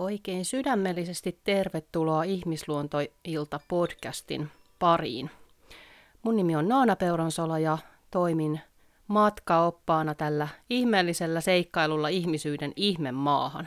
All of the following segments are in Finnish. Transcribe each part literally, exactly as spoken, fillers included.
Oikein sydämellisesti tervetuloa Ihmisluontoilta-podcastin pariin. Mun nimi on Naana Peuransola ja toimin matkaoppaana tällä ihmeellisellä seikkailulla ihmisyyden ihmemaahan.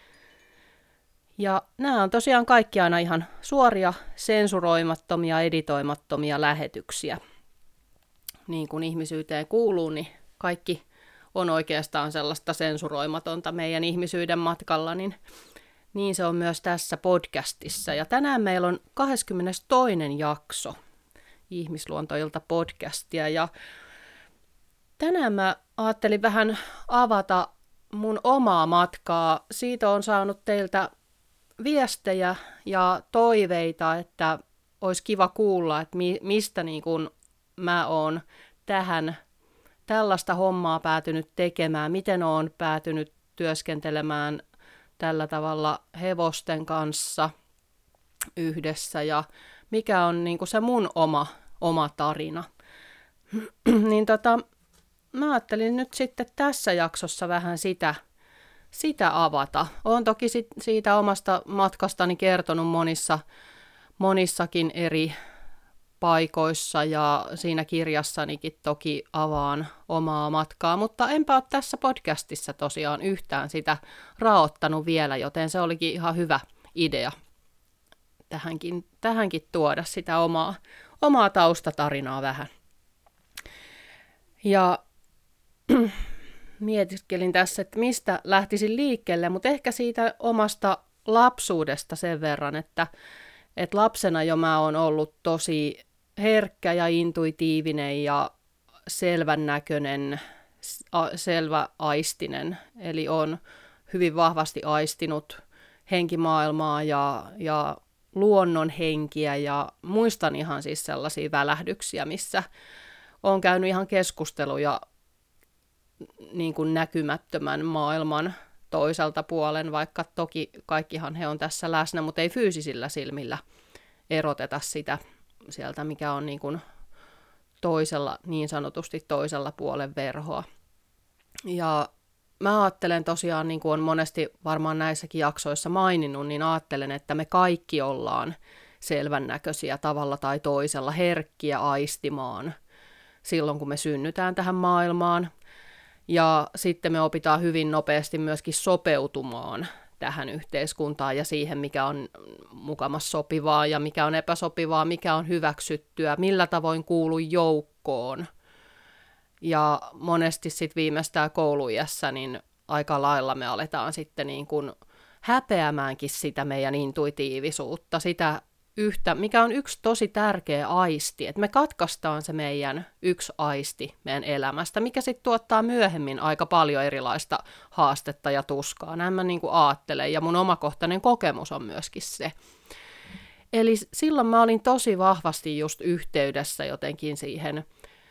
Ja nämä on tosiaan kaikki aina ihan suoria, sensuroimattomia, editoimattomia lähetyksiä. Niin kuin ihmisyyteen kuuluu, niin kaikki on oikeastaan sellaista sensuroimatonta meidän ihmisyyden matkalla, niin Niin se on myös tässä podcastissa. Ja tänään meillä on kahdeskymmenestoinen jakso Ihmisluontoilta podcastia. Ja tänään mä ajattelin vähän avata mun omaa matkaa. Siitä on saanut teiltä viestejä ja toiveita, että olisi kiva kuulla, että mi- mistä niin kun mä oon tähän tällaista hommaa päätynyt tekemään, miten oon päätynyt työskentelemään tällä tavalla hevosten kanssa yhdessä ja mikä on niin kuin se mun oma, oma tarina. niin tota, mä ajattelin nyt sitten tässä jaksossa vähän sitä, sitä avata. Olen toki sit siitä omasta matkastani kertonut monissa, monissakin eri paikoissa ja siinä kirjassanikin toki avaan omaa matkaa, mutta enpä ole tässä podcastissa tosiaan yhtään sitä raottanut vielä, joten se olikin ihan hyvä idea tähänkin, tähänkin tuoda sitä omaa, omaa taustatarinaa vähän. Ja mietiskelin tässä, että mistä lähtisin liikkeelle, mutta ehkä siitä omasta lapsuudesta sen verran, että, että lapsena jo mä oon ollut tosi herkkä ja intuitiivinen ja selvän näköinen, selväaistinen. Eli on hyvin vahvasti aistinut henkimaailmaa ja, ja luonnon henkiä ja muistan ihan siis sellaisia välähdyksiä, missä olen käynyt ihan keskusteluja niin kuin näkymättömän maailman toiselta puolen, vaikka toki kaikkihan he on tässä läsnä, mutta ei fyysisillä silmillä eroteta sitä sieltä, mikä on niin kuin toisella, niin sanotusti toisella puolen verhoa. Ja mä ajattelen tosiaan, niin kuin on monesti varmaan näissäkin jaksoissa maininnut, niin ajattelen, että me kaikki ollaan selvännäköisiä tavalla tai toisella, herkkiä aistimaan silloin, kun me synnytään tähän maailmaan. Ja sitten me opitaan hyvin nopeasti myöskin sopeutumaan tähän yhteiskuntaan ja siihen, mikä on mukamas sopivaa ja mikä on epäsopivaa, mikä on hyväksyttyä, millä tavoin kuuluu joukkoon. Ja monesti sitten viimeistään kouluiässä niin aika lailla me aletaan sitten niin kuin häpeämäänkin sitä meidän intuitiivisuutta, sitä yhtä, mikä on yksi tosi tärkeä aisti, että me katkaistaan se meidän yksi aisti meidän elämästä, mikä sitten tuottaa myöhemmin aika paljon erilaista haastetta ja tuskaa. Näin mä niin kuin ajattelen, ja mun omakohtainen kokemus on myöskin se. Eli silloin mä olin tosi vahvasti just yhteydessä jotenkin siihen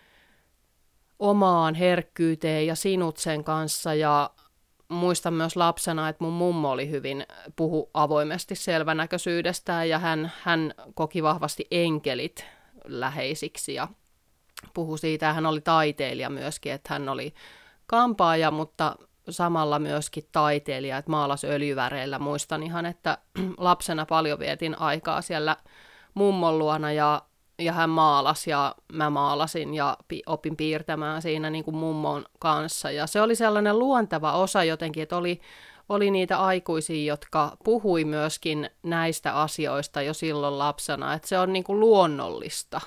omaan herkkyyteen ja sinutsen kanssa, ja muistan myös lapsena, että mun mummo oli hyvin, puhu avoimesti selvänäköisyydestään ja hän, hän koki vahvasti enkelit läheisiksi ja puhui siitä, hän oli taiteilija myöskin, että hän oli kampaaja, mutta samalla myöskin taiteilija, että maalasi öljyväreillä. Muistan ihan, että lapsena paljon vietin aikaa siellä mummon luona ja Ja hän maalasi ja mä maalasin ja pi- opin piirtämään siinä niin kuin mummon kanssa. Ja se oli sellainen luonteva osa jotenkin, että oli, oli niitä aikuisia, jotka puhui myöskin näistä asioista jo silloin lapsena. Että se on niin kuin luonnollista.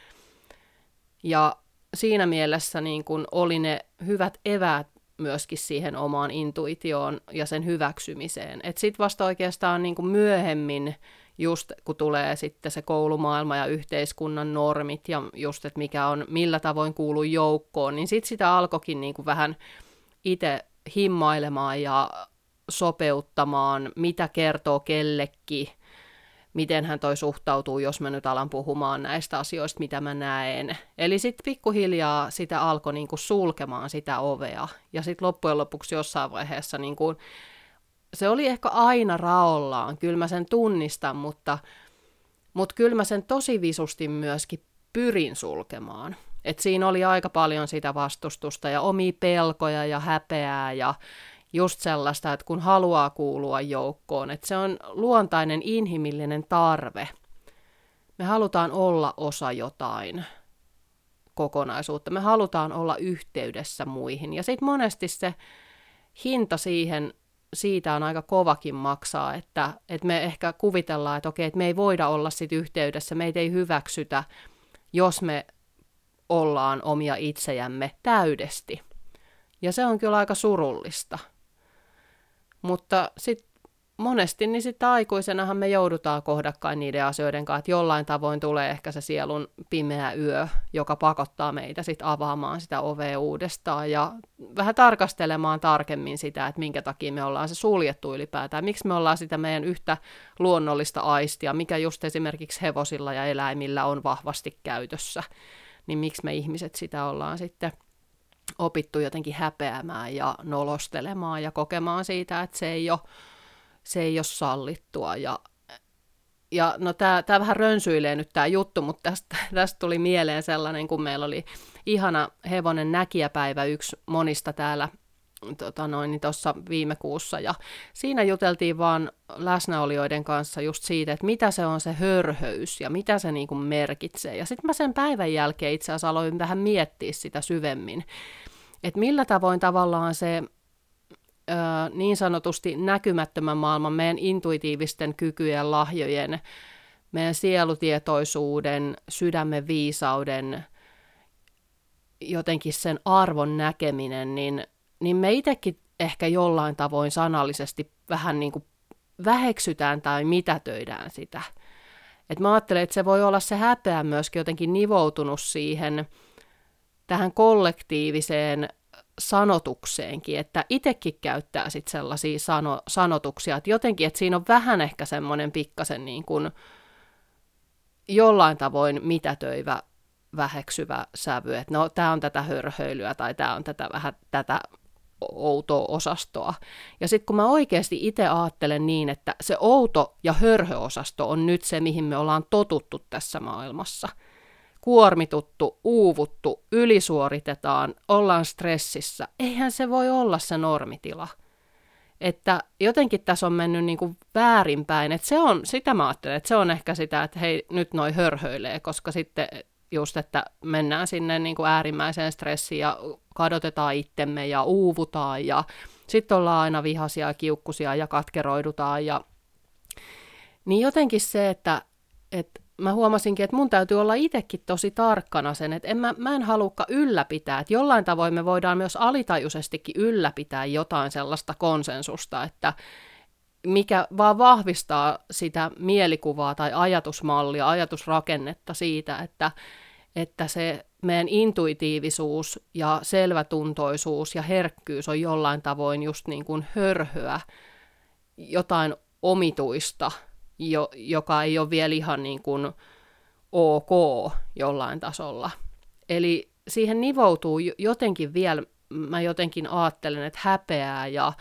Ja siinä mielessä niin kuin oli ne hyvät eväät myöskin siihen omaan intuitioon ja sen hyväksymiseen. Että sitten vasta oikeastaan niin kuin myöhemmin, just kun tulee sitten se koulumaailma ja yhteiskunnan normit ja just, että mikä on, millä tavoin kuuluu joukkoon, niin sitten sitä alkoikin niin kuin vähän itse himmailemaan ja sopeuttamaan, mitä kertoo kellekin, miten hän toi suhtautuu, jos mä nyt alan puhumaan näistä asioista, mitä mä näen. Eli sitten pikkuhiljaa sitä alkoi niin kuin sulkemaan sitä ovea. Ja sitten loppujen lopuksi jossain vaiheessa niin kuin se oli ehkä aina raollaan, kyllä mä sen tunnistan, mutta, mutta kyllä mä sen tosi visusti myöskin pyrin sulkemaan. Et siinä oli aika paljon sitä vastustusta ja omia pelkoja ja häpeää ja, just sellaista, että kun haluaa kuulua joukkoon, että se on luontainen inhimillinen tarve. Me halutaan olla osa jotain kokonaisuutta. Me halutaan olla yhteydessä muihin. Ja sitten monesti se hinta siihen, siitä on aika kovakin maksaa, että, että me ehkä kuvitellaan, että okei, että me ei voida olla sit yhteydessä, meitä ei hyväksytä, jos me ollaan omia itsejämme täydesti. Ja se on kyllä aika surullista. Mutta sitten monesti niin sitten aikuisenahan me joudutaan kohdakkain niiden asioiden kanssa, että jollain tavoin tulee ehkä se sielun pimeä yö, joka pakottaa meitä sitten avaamaan sitä ovea uudestaan ja vähän tarkastelemaan tarkemmin sitä, että minkä takia me ollaan se suljettu ylipäätään, miksi me ollaan sitä meidän yhtä luonnollista aistia, mikä just esimerkiksi hevosilla ja eläimillä on vahvasti käytössä, niin miksi me ihmiset sitä ollaan sitten opittu jotenkin häpeämään ja nolostelemaan ja kokemaan siitä, että se ei ole Se ei ole sallittua. Ja, ja no tämä vähän rönsyilee nyt tämä juttu, mutta tästä, tästä tuli mieleen sellainen, kun meillä oli ihana hevonen näkijäpäivä, yksi monista täällä tota noin, niin tuossa viime kuussa. Ja siinä juteltiin vaan läsnäolijoiden kanssa just siitä, että mitä se on se hörhöys ja mitä se niin kuin merkitsee. Ja sitten mä sen päivän jälkeen itse asiassa aloin vähän miettiä sitä syvemmin, että millä tavoin tavallaan se niin sanotusti näkymättömän maailman, meidän intuitiivisten kykyjen, lahjojen, meidän sielutietoisuuden, sydämen viisauden, jotenkin sen arvon näkeminen, niin, niin me itsekin ehkä jollain tavoin sanallisesti vähän niin kuin väheksytään tai mitätöidään sitä. Et mä ajattelen, että se voi olla se häpeä myöskin jotenkin nivoutunut siihen tähän kollektiiviseen sanotukseenkin, että itsekin käyttää sit sellaisia sano, sanotuksia, että jotenkin, että siinä on vähän ehkä semmoinen pikkasen niin kuin jollain tavoin mitätöivä, väheksyvä sävy, että no tämä on tätä hörhöilyä tai tämä on tätä vähän tätä outoa osastoa. Ja sitten kun mä oikeasti itse ajattelen niin, että se outo ja hörhöosasto on nyt se, mihin me ollaan totuttu tässä maailmassa. Kuormituttu, uuvuttu, ylisuoritetaan, ollaan stressissä. Eihän se voi olla se normitila. Että jotenkin tässä on mennyt niin kuin väärinpäin. Että se on, sitä mä ajattelen, että se on ehkä sitä, että hei, nyt noi hörhöilee, koska sitten just, että mennään sinne niin kuin äärimmäiseen stressiin ja kadotetaan itsemme ja uuvutaan ja sitten ollaan aina vihaisia ja kiukkusia ja katkeroidutaan. Ja niin jotenkin se, että, että mä huomasinkin, että mun täytyy olla itsekin tosi tarkkana sen, että en mä, mä en halukka ylläpitää, että jollain tavoin me voidaan myös alitajuisestikin ylläpitää jotain sellaista konsensusta, että mikä vaan vahvistaa sitä mielikuvaa tai ajatusmallia, ajatusrakennetta siitä, että, että se meidän intuitiivisuus ja selvätuntoisuus ja herkkyys on jollain tavoin just niin kuin hörhöä, jotain omituista, Jo, joka ei ole vielä ihan niin kuin ok jollain tasolla. Eli siihen nivoutuu jotenkin vielä, mä jotenkin ajattelen, että häpeää ja,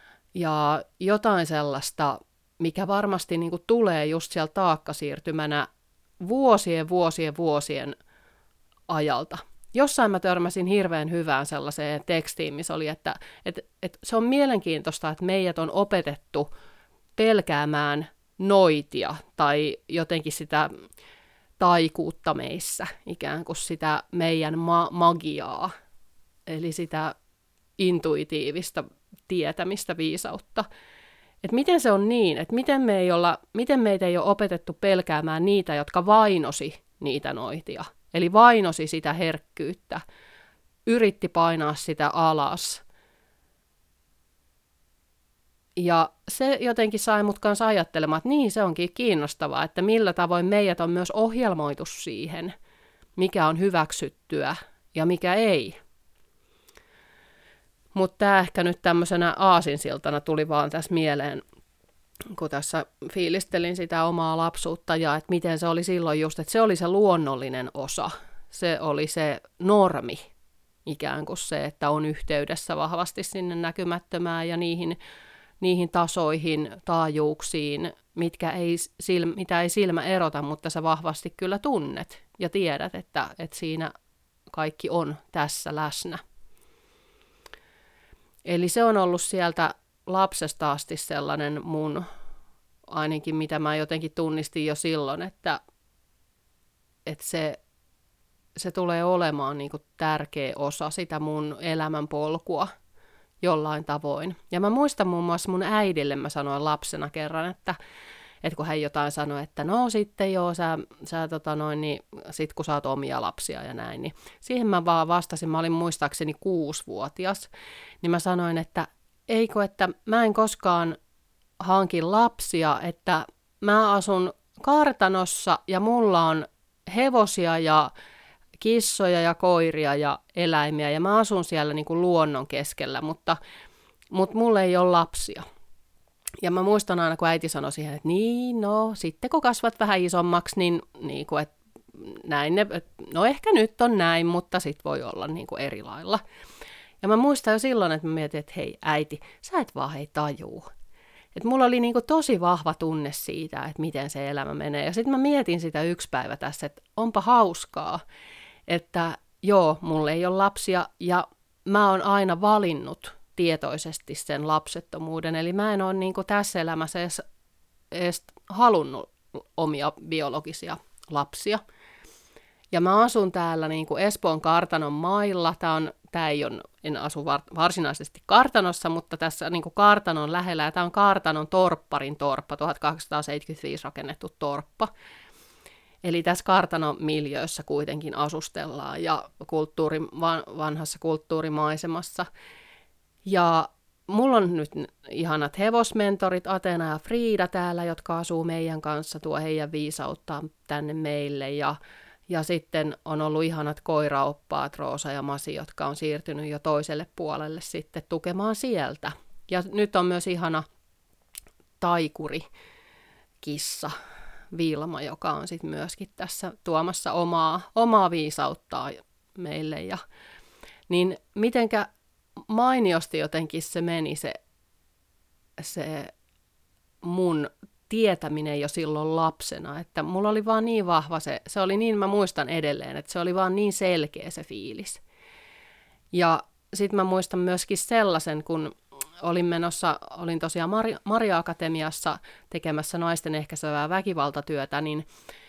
ja jotain sellaista, mikä varmasti niin kuin tulee just siellä taakkasiirtymänä vuosien, vuosien, vuosien ajalta. Jossain mä törmäsin hirveän hyvään sellaiseen tekstiin, missä oli, että, että, että se on mielenkiintoista, että meidät on opetettu pelkäämään noitia tai jotenkin sitä taikuutta meissä, ikään kuin sitä meidän ma- magiaa, eli sitä intuitiivista tietämistä, viisautta. Et miten se on niin, että miten, me ei olla, miten meitä ei ole opetettu pelkäämään niitä, jotka vainosi niitä noitia, eli vainosi sitä herkkyyttä, yritti painaa sitä alas. Ja se jotenkin sai mut kanssa ajattelemaan, että niin, se onkin kiinnostavaa, että millä tavoin meidät on myös ohjelmoitu siihen, mikä on hyväksyttyä ja mikä ei. Mutta tämä ehkä nyt tämmöisenä aasinsiltana tuli vaan tässä mieleen, kun tässä fiilistelin sitä omaa lapsuutta ja että miten se oli silloin just, että se oli se luonnollinen osa, se oli se normi, ikään kuin se, että on yhteydessä vahvasti sinne näkymättömään ja niihin niihin tasoihin, taajuuksiin, mitkä ei silmä, mitä ei silmä erota, mutta sä vahvasti kyllä tunnet ja tiedät, että, että siinä kaikki on tässä läsnä. Eli se on ollut sieltä lapsesta asti sellainen mun, ainakin mitä mä jotenkin tunnistin jo silloin, että, että se, se tulee olemaan niin kuin tärkeä osa sitä mun elämän polkua jollain tavoin. Ja mä muistan muun muassa mun äidille, mä sanoin lapsena kerran, että, että kun hän jotain sanoi, että no sitten joo, sä, sä tota noin, niin sit kun sä oot omia lapsia ja näin, niin siihen mä vaan vastasin, mä olin muistaakseni kuusivuotias, niin mä sanoin, että eikö, että mä en koskaan hankin lapsia, että mä asun kartanossa ja mulla on hevosia ja kissoja ja koiria ja eläimiä ja mä asun siellä niin kuin luonnon keskellä, mutta, mutta mulla ei ole lapsia. Ja mä muistan aina, kun äiti sanoi siihen, että niin, no sitten kun kasvat vähän isommaksi, niin, niin kuin, että näin ne, no ehkä nyt on näin, mutta sit voi olla niin kuin eri lailla. Ja mä muistan jo silloin, että mä mietin, että hei äiti, sä et vaan hei tajuu. Että mulla oli niinku tosi vahva tunne siitä, että miten se elämä menee. Ja sitten mä mietin sitä yksi päivä tässä, että onpa hauskaa, että joo, mulla ei ole lapsia ja mä oon aina valinnut tietoisesti sen lapsettomuuden. Eli mä en ole niinku tässä elämässä edes, edes halunnut omia biologisia lapsia. Ja mä asun täällä niinku Espoon kartanon mailla. Tää on, tää ei ole, en asu varsinaisesti kartanossa, mutta tässä niinku kartanon lähellä. Ja tää on kartanon torpparin torppa, tuhatkahdeksansataaseitsemänkymmentäviisi rakennettu torppa. Eli tässä kartanon miljöössä kuitenkin asustellaan ja kulttuuri, vanhassa kulttuurimaisemassa. Ja mulla on nyt ihanat hevosmentorit Atena ja Frida täällä, jotka asuu meidän kanssa, tuo heidän viisauttaan tänne meille. Ja Ja sitten on ollut ihanat koiraoppaat Roosa ja Masi, jotka on siirtynyt jo toiselle puolelle sitten tukemaan sieltä. Ja nyt on myös ihana taikurikissa Vilma, joka on sitten myöskin tässä tuomassa omaa, omaa viisauttaa meille. Ja, niin mitenkä mainiosti jotenkin se meni se, se mun tietäminen jo silloin lapsena, että mulla oli vaan niin vahva se, se oli niin, mä muistan edelleen, että se oli vaan niin selkeä se fiilis. Ja sitten mä muistan myöskin sellaisen, kun olin menossa, olin tosiaan Mari- Maria-akatemiassa tekemässä naisten ehkäisevää väkivaltatyötä, niin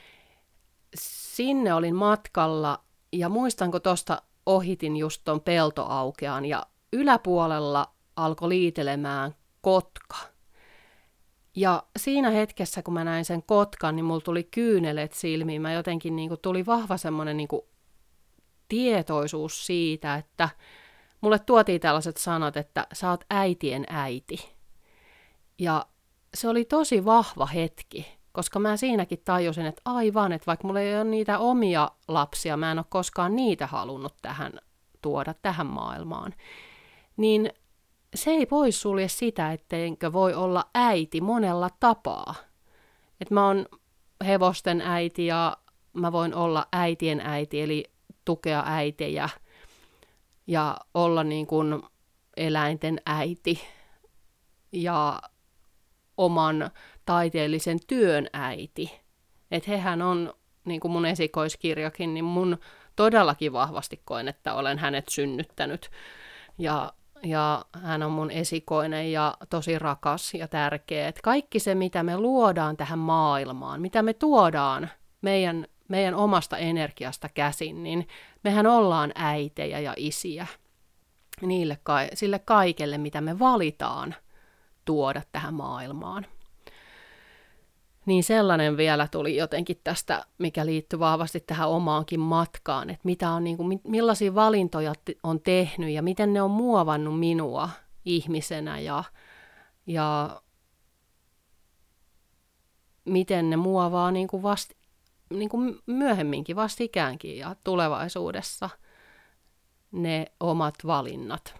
sinne olin matkalla ja muistanko tuosta ohitin just ton peltoaukean ja yläpuolella alkoi liitelemään kotka. Ja siinä hetkessä, kun mä näin sen kotkan, niin mulla tuli kyyneleet silmiin. Mä jotenkin niin kuin, tuli vahva semmoinen niin kuin, tietoisuus siitä, että mulle tuotiin tällaiset sanat, että sä oot äitien äiti. Ja se oli tosi vahva hetki, koska mä siinäkin tajusin, että aivan, että vaikka mulla ei ole niitä omia lapsia, mä en ole koskaan niitä halunnut tähän tuoda tähän maailmaan, niin se ei pois sulje sitä, etteinkö voi olla äiti monella tapaa. Että mä oon hevosten äiti ja mä voin olla äitien äiti, eli tukea äitejä ja olla niin kuin eläinten äiti ja oman taiteellisen työn äiti. Että hehän on, niin kuin mun esikoiskirjakin, niin mun todellakin vahvasti koen, että olen hänet synnyttänyt ja Ja hän on mun esikoinen ja tosi rakas ja tärkeä. Et kaikki se, mitä me luodaan tähän maailmaan, mitä me tuodaan meidän, meidän omasta energiasta käsin, niin mehän ollaan äitejä ja isiä niille, sille kaikelle, mitä me valitaan tuoda tähän maailmaan. Niin sellainen vielä tuli jotenkin tästä, mikä liittyy vahvasti tähän omaankin matkaan, että mitä on, niin kuin, millaisia valintoja on tehnyt ja miten ne on muovannut minua ihmisenä ja, ja miten ne muovaa niin kuin vast, niin kuin myöhemminkin, vastikäänkin ja tulevaisuudessa ne omat valinnat.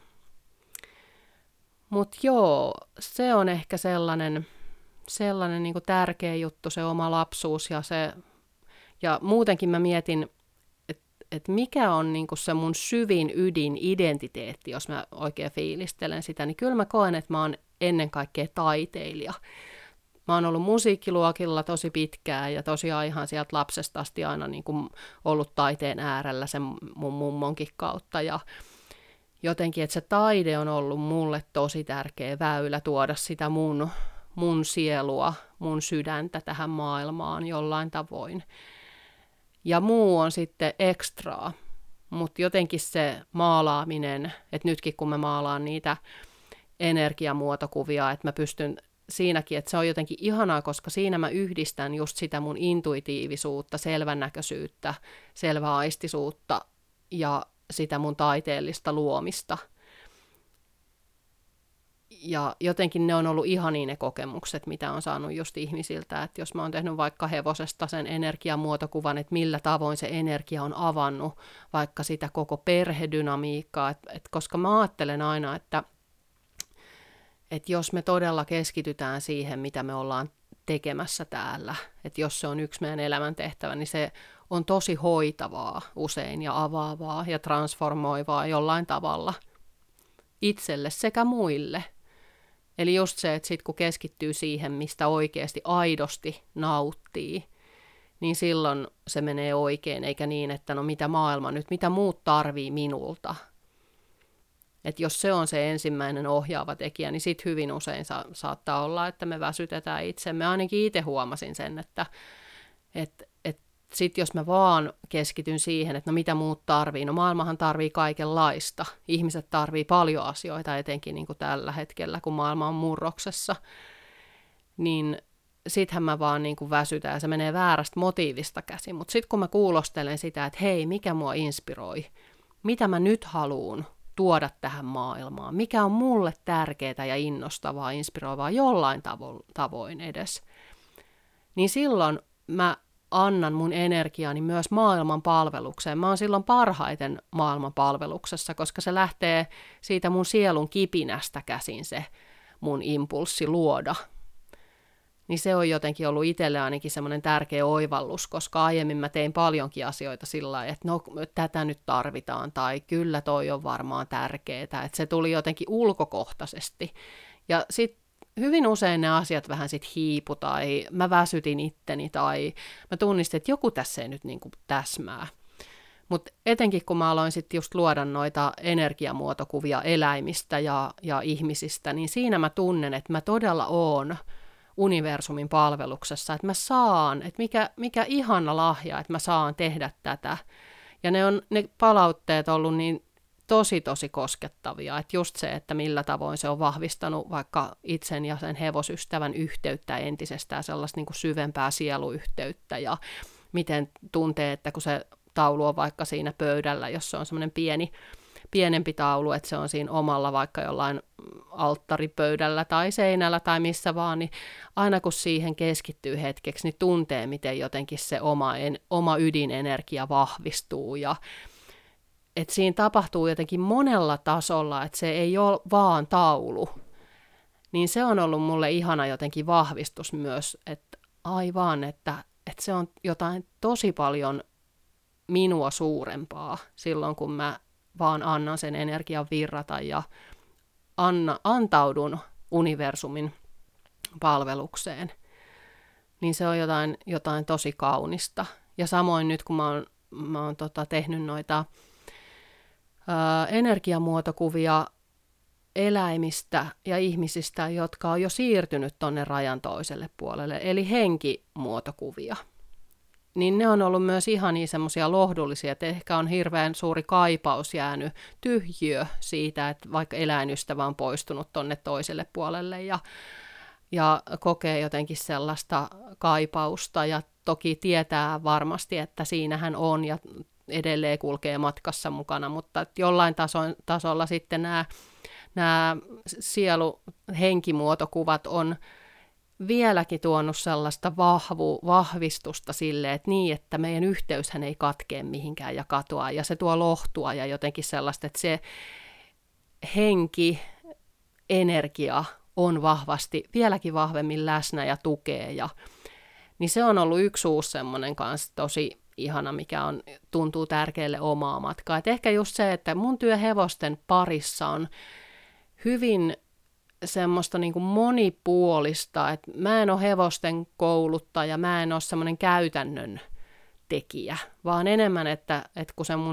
Mutta joo, se on ehkä sellainen... sellainen niin kuin tärkeä juttu, se oma lapsuus ja se, ja muutenkin mä mietin, että et mikä on niin kuin se mun syvin ydin identiteetti, jos mä oikein fiilistelen sitä, niin kyllä mä koen, että mä oon ennen kaikkea taiteilija. Mä oon ollut musiikkiluokilla tosi pitkään ja tosiaan ihan sieltä lapsesta asti aina niin kuin ollut taiteen äärellä sen mun mummonkin kautta ja jotenkin, että se taide on ollut mulle tosi tärkeä väylä tuoda sitä mun, mun sielua, mun sydäntä tähän maailmaan jollain tavoin. Ja muu on sitten ekstraa, mutta jotenkin se maalaaminen, että nytkin kun mä maalaan niitä energiamuotokuvia, että mä pystyn siinäkin, että se on jotenkin ihanaa, koska siinä mä yhdistän just sitä mun intuitiivisuutta, selvännäköisyyttä, selväaistisuutta ja sitä mun taiteellista luomista. Ja jotenkin ne on ollut ihania ne kokemukset, mitä on saanut just ihmisiltä, että jos mä oon tehnyt vaikka hevosesta sen energiamuotokuvan, että millä tavoin se energia on avannut vaikka sitä koko perhedynamiikkaa, että, että koska mä ajattelen aina, että, että jos me todella keskitytään siihen, mitä me ollaan tekemässä täällä, että jos se on yksi meidän elämäntehtävä, niin se on tosi hoitavaa usein ja avaavaa ja transformoivaa jollain tavalla itselle sekä muille. Eli just se, että sit kun keskittyy siihen, mistä oikeasti aidosti nauttii, niin silloin se menee oikein, eikä niin, että no mitä maailma nyt, mitä muut tarvii minulta. Että jos se on se ensimmäinen ohjaava tekijä, niin sitten hyvin usein sa- saattaa olla, että me väsytetään itsemme. Ainakin itse huomasin sen, että et, et sitten jos mä vaan keskityn siihen, että no mitä muut tarvii, no maailmahan tarvii kaikenlaista. Ihmiset tarvii paljon asioita, etenkin niin kuin tällä hetkellä, kun maailma on murroksessa. Niin sittenhän mä vaan niin kuin väsytän ja se menee väärästä motiivista käsin. Mutta sitten kun mä kuulostelen sitä, että hei, mikä mua inspiroi, mitä mä nyt haluun tuoda tähän maailmaan, mikä on mulle tärkeää ja innostavaa, inspiroivaa jollain tavo- tavoin edes, niin silloin mä annan mun energiani myös maailman palvelukseen. Mä oon silloin parhaiten maailman palveluksessa, koska se lähtee siitä mun sielun kipinästä käsin se mun impulssi luoda. Niin se on jotenkin ollut itselle ainakin semmoinen tärkeä oivallus, koska aiemmin mä tein paljonkin asioita sillä lailla, että no tätä nyt tarvitaan tai kyllä toi on varmaan tärkeää, että se tuli jotenkin ulkokohtaisesti. Ja sitten hyvin usein ne asiat vähän sitten hiipu tai mä väsytin itteni tai mä tunnistin, että joku tässä ei nyt niinku täsmää. Mutta etenkin kun mä aloin sitten just luoda noita energiamuotokuvia eläimistä ja, ja ihmisistä, niin siinä mä tunnen, että mä todella oon universumin palveluksessa, että mä saan, että mikä, mikä ihana lahja, että mä saan tehdä tätä. Ja ne on ne palautteet ollut niin tosi tosi koskettavia, että just se, että millä tavoin se on vahvistanut vaikka itsen ja sen hevosystävän yhteyttä entisestään, sellaista niin kuin syvempää sieluyhteyttä ja miten tuntee, että kun se taulu on vaikka siinä pöydällä, jos se on semmoinen pieni, pienempi taulu, että se on siinä omalla vaikka jollain alttaripöydällä tai seinällä tai missä vaan, niin aina kun siihen keskittyy hetkeksi, niin tuntee, miten jotenkin se oma, en, oma ydinenergia vahvistuu ja että siinä tapahtuu jotenkin monella tasolla, että se ei ole vaan taulu, niin se on ollut mulle ihana jotenkin vahvistus myös, että aivan, että, että se on jotain tosi paljon minua suurempaa silloin, kun mä vaan annan sen energian virrata ja anna, antaudun universumin palvelukseen, niin se on jotain, jotain tosi kaunista. Ja samoin nyt, kun mä oon, mä oon tota, tehnyt noita ää, energiamuotokuvia eläimistä ja ihmisistä, jotka on jo siirtynyt tonne rajan toiselle puolelle, eli henkimuotokuvia, niin ne on ollut myös ihania semmoisia lohdullisia, että ehkä on hirveän suuri kaipaus jäänyt tyhjiö siitä, että vaikka eläinystävä on poistunut tonne toiselle puolelle ja, ja kokee jotenkin sellaista kaipausta ja toki tietää varmasti, että siinähän on ja edelleen kulkee matkassa mukana, mutta jollain taso, tasolla sitten nämä, nämä sielu-henkimuotokuvat on vieläkin tuonut sellaista vahvu, vahvistusta sille, että niin, että meidän yhteyshän ei katkea mihinkään ja katoa, ja se tuo lohtua ja jotenkin sellaista, että se henki, energia on vahvasti, vieläkin vahvemmin läsnä ja tukee, ja niin se on ollut yksi uusi semmoinen kanssa tosi ihana, mikä on, tuntuu tärkeälle omaa matkaa. Et ehkä just se, että mun työ hevosten parissa on hyvin semmoista niin kuin monipuolista, että mä en ole hevosten kouluttaja, mä en ole semmoinen käytännön tekijä, vaan enemmän, että, että kun se mun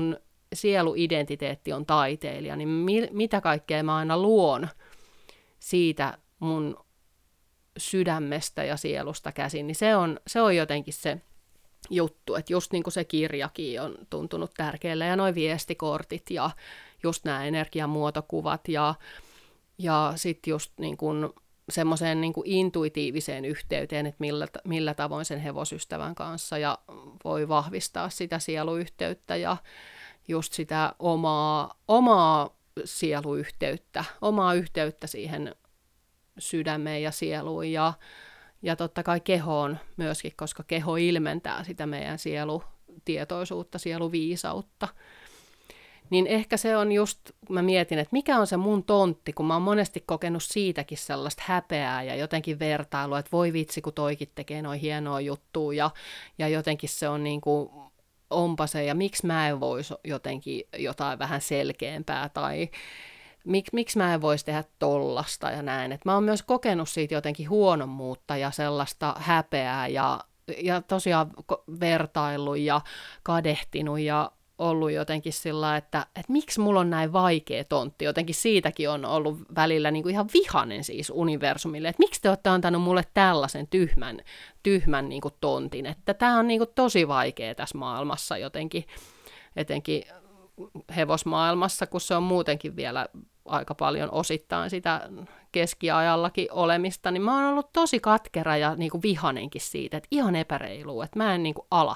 sieluidentiteetti on taiteilija, niin mi- mitä kaikkea mä aina luon siitä mun sydämestä ja sielusta käsin, niin se on, se on jotenkin se juttu, että just niin kuin se kirjakin on tuntunut tärkeälle ja noi viestikortit ja just nämä energiamuotokuvat ja, ja sitten just niin kuin semmoiseen niin kuin intuitiiviseen yhteyteen, että millä, millä tavoin sen hevosystävän kanssa ja voi vahvistaa sitä sieluyhteyttä ja just sitä omaa, omaa sieluyhteyttä, omaa yhteyttä siihen sydämeen ja sieluun ja, ja totta kai kehoon myöskin, koska keho ilmentää sitä meidän sielutietoisuutta, sieluviisautta. Niin ehkä se on just, mä mietin, että mikä on se mun tontti, kun mä oon monesti kokenut siitäkin sellaista häpeää ja jotenkin vertailua, että voi vitsi, kun toikin tekee noin hienoa juttua ja, ja jotenkin se on niin kuin, onpa se, ja miksi mä en voisi jotenkin jotain vähän selkeämpää tai Mik, miksi mä en voisi tehdä tollasta ja näin. Et mä oon myös kokenut siitä jotenkin huonommuutta ja sellaista häpeää ja, ja tosiaan vertaillut ja kadehtinut ja ollut jotenkin sillä, että, että miksi mulla on näin vaikea tontti. Jotenkin siitäkin on ollut välillä niin kuin ihan vihainen siis universumille, että miksi te olette antanut mulle tällaisen tyhmän, tyhmän niin kuin tontin. Että tää on niin kuin tosi vaikea tässä maailmassa jotenkin, etenkin hevosmaailmassa, kun se on muutenkin vielä aika paljon osittain sitä keskiajallakin olemista, niin mä oon ollut tosi katkera ja niin kuin vihanenkin siitä, että ihan epäreilua, että mä en niin kuin ala.